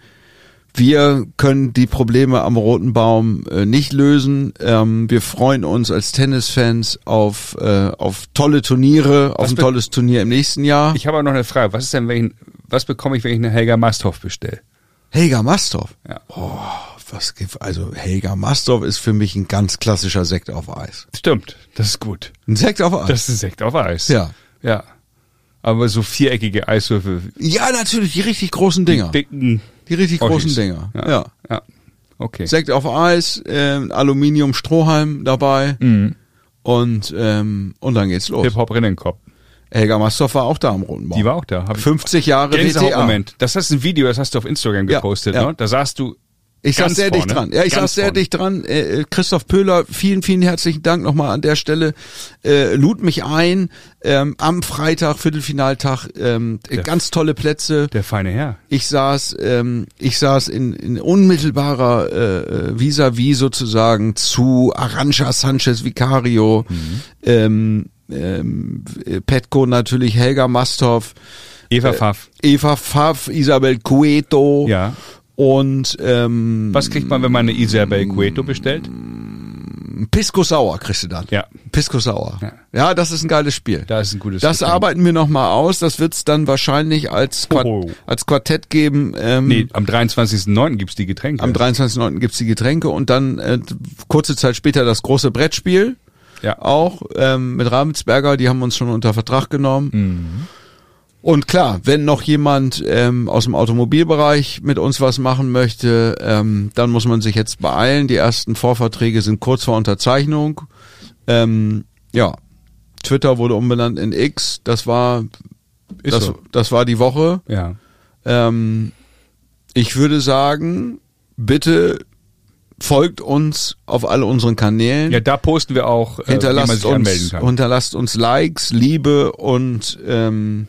Wir können die Probleme am Roten Baum äh, nicht lösen. Ähm, wir freuen uns als Tennisfans auf auf äh, auf tolle Turniere, auf Was ein be- tolles Turnier im nächsten Jahr. Ich habe aber noch eine Frage. Was ist denn, wenn ich, was bekomme ich, wenn ich eine Helga Masthoff bestelle? Helga Masthoff. Ja. Oh, was gibt, also Helga Masthoff ist für mich ein ganz klassischer Sekt auf Eis. Stimmt, das ist gut. Ein Sekt auf Eis. Das ist Sekt auf Eis. Ja. Ja. Aber so viereckige Eiswürfel. Ja, natürlich, die richtig großen Dinger. Die dicken. Die richtig Oschis. großen Dinger. Ja. Ja. Ja. Okay. Sekt auf Eis, äh, Aluminium-Strohhalm dabei Mhm. und ähm, und dann geht's los. Hip-Hop Rinnenkopf. Helga Masthoff war auch da am Roten Baum. Die war auch da. Hab ich fünfzig Jahre W T A. Gänsehautmoment. Das ist ein Video, das hast du auf Instagram Ja, gepostet, ja. ne? Da saßt du Ich saß ganz sehr vorne. dicht dran. Ja, ich Ganz saß sehr vorne. dicht dran. Äh, Christoph Pöhler, vielen, vielen herzlichen Dank nochmal an der Stelle. Äh, lud mich ein ähm, am Freitag, Viertelfinaltag. Ähm, Der- ganz tolle Plätze. Der feine Herr. Ich saß, ähm, ich saß in, in unmittelbarer äh, vis-à-vis sozusagen zu Arantxa Sanchez Vicario, Mhm. ähm, ähm, Petko natürlich, Helga Masthoff, Eva Pfaff. Eva Pfaff, Isabel Cueto Ja. und ähm, Was kriegt man, wenn man eine Isabel Cueto bestellt? Pisco Sauer kriegst du dann. Ja. Pisco Sauer. Ja. Ja, das ist ein geiles Spiel. Da ist ein gutes Das Getränk. arbeiten wir nochmal aus. Das wird's dann wahrscheinlich als, Quart Hoho. als Quartett geben. Ähm, Nee, am dreiundzwanzigsten neunten gibt's die Getränke. Am dreiundzwanzigsten neunten gibt's die Getränke und dann äh, kurze Zeit später das große Brettspiel. Ja. Auch ähm, mit Ravensberger, die haben uns schon unter Vertrag genommen. Mhm. Und klar, wenn noch jemand ähm, aus dem Automobilbereich mit uns was machen möchte, ähm, dann muss man sich jetzt beeilen. Die ersten Vorverträge sind kurz vor Unterzeichnung. Ähm, ja, Twitter wurde umbenannt in X. Das war Ist das, so. das war die Woche. Ja. Ähm, ich würde sagen, bitte folgt uns auf all unseren Kanälen. Ja, da posten wir auch, äh, wie man hinterlasst sich anmelden uns, kann. hinterlasst uns Likes, Liebe und ähm,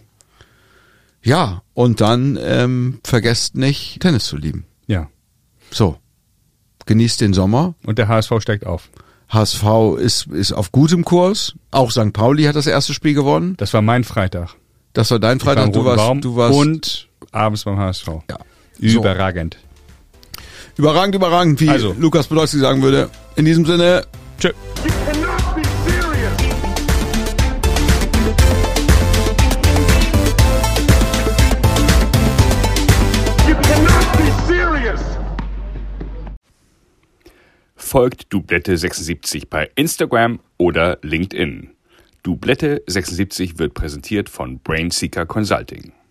ja, und dann ähm, vergesst nicht, Tennis zu lieben. Ja. So, genießt den Sommer. Und der H S V steigt auf. H S V ist ist auf gutem Kurs. Auch Sankt Pauli hat das erste Spiel gewonnen. Das war mein Freitag. Das war dein Ich war Freitag. am Du Roten warst, Baum du warst und abends beim H S V. ja. So. Überragend. Überragend, überragend, wie Also. Lukas Podolski sagen würde. In diesem Sinne, Tschö. You cannot be serious. You cannot be serious. Folgt Doublette sechsundsiebzig bei Instagram oder LinkedIn. Doublette sechsundsiebzig wird präsentiert von Brainseeker Consulting.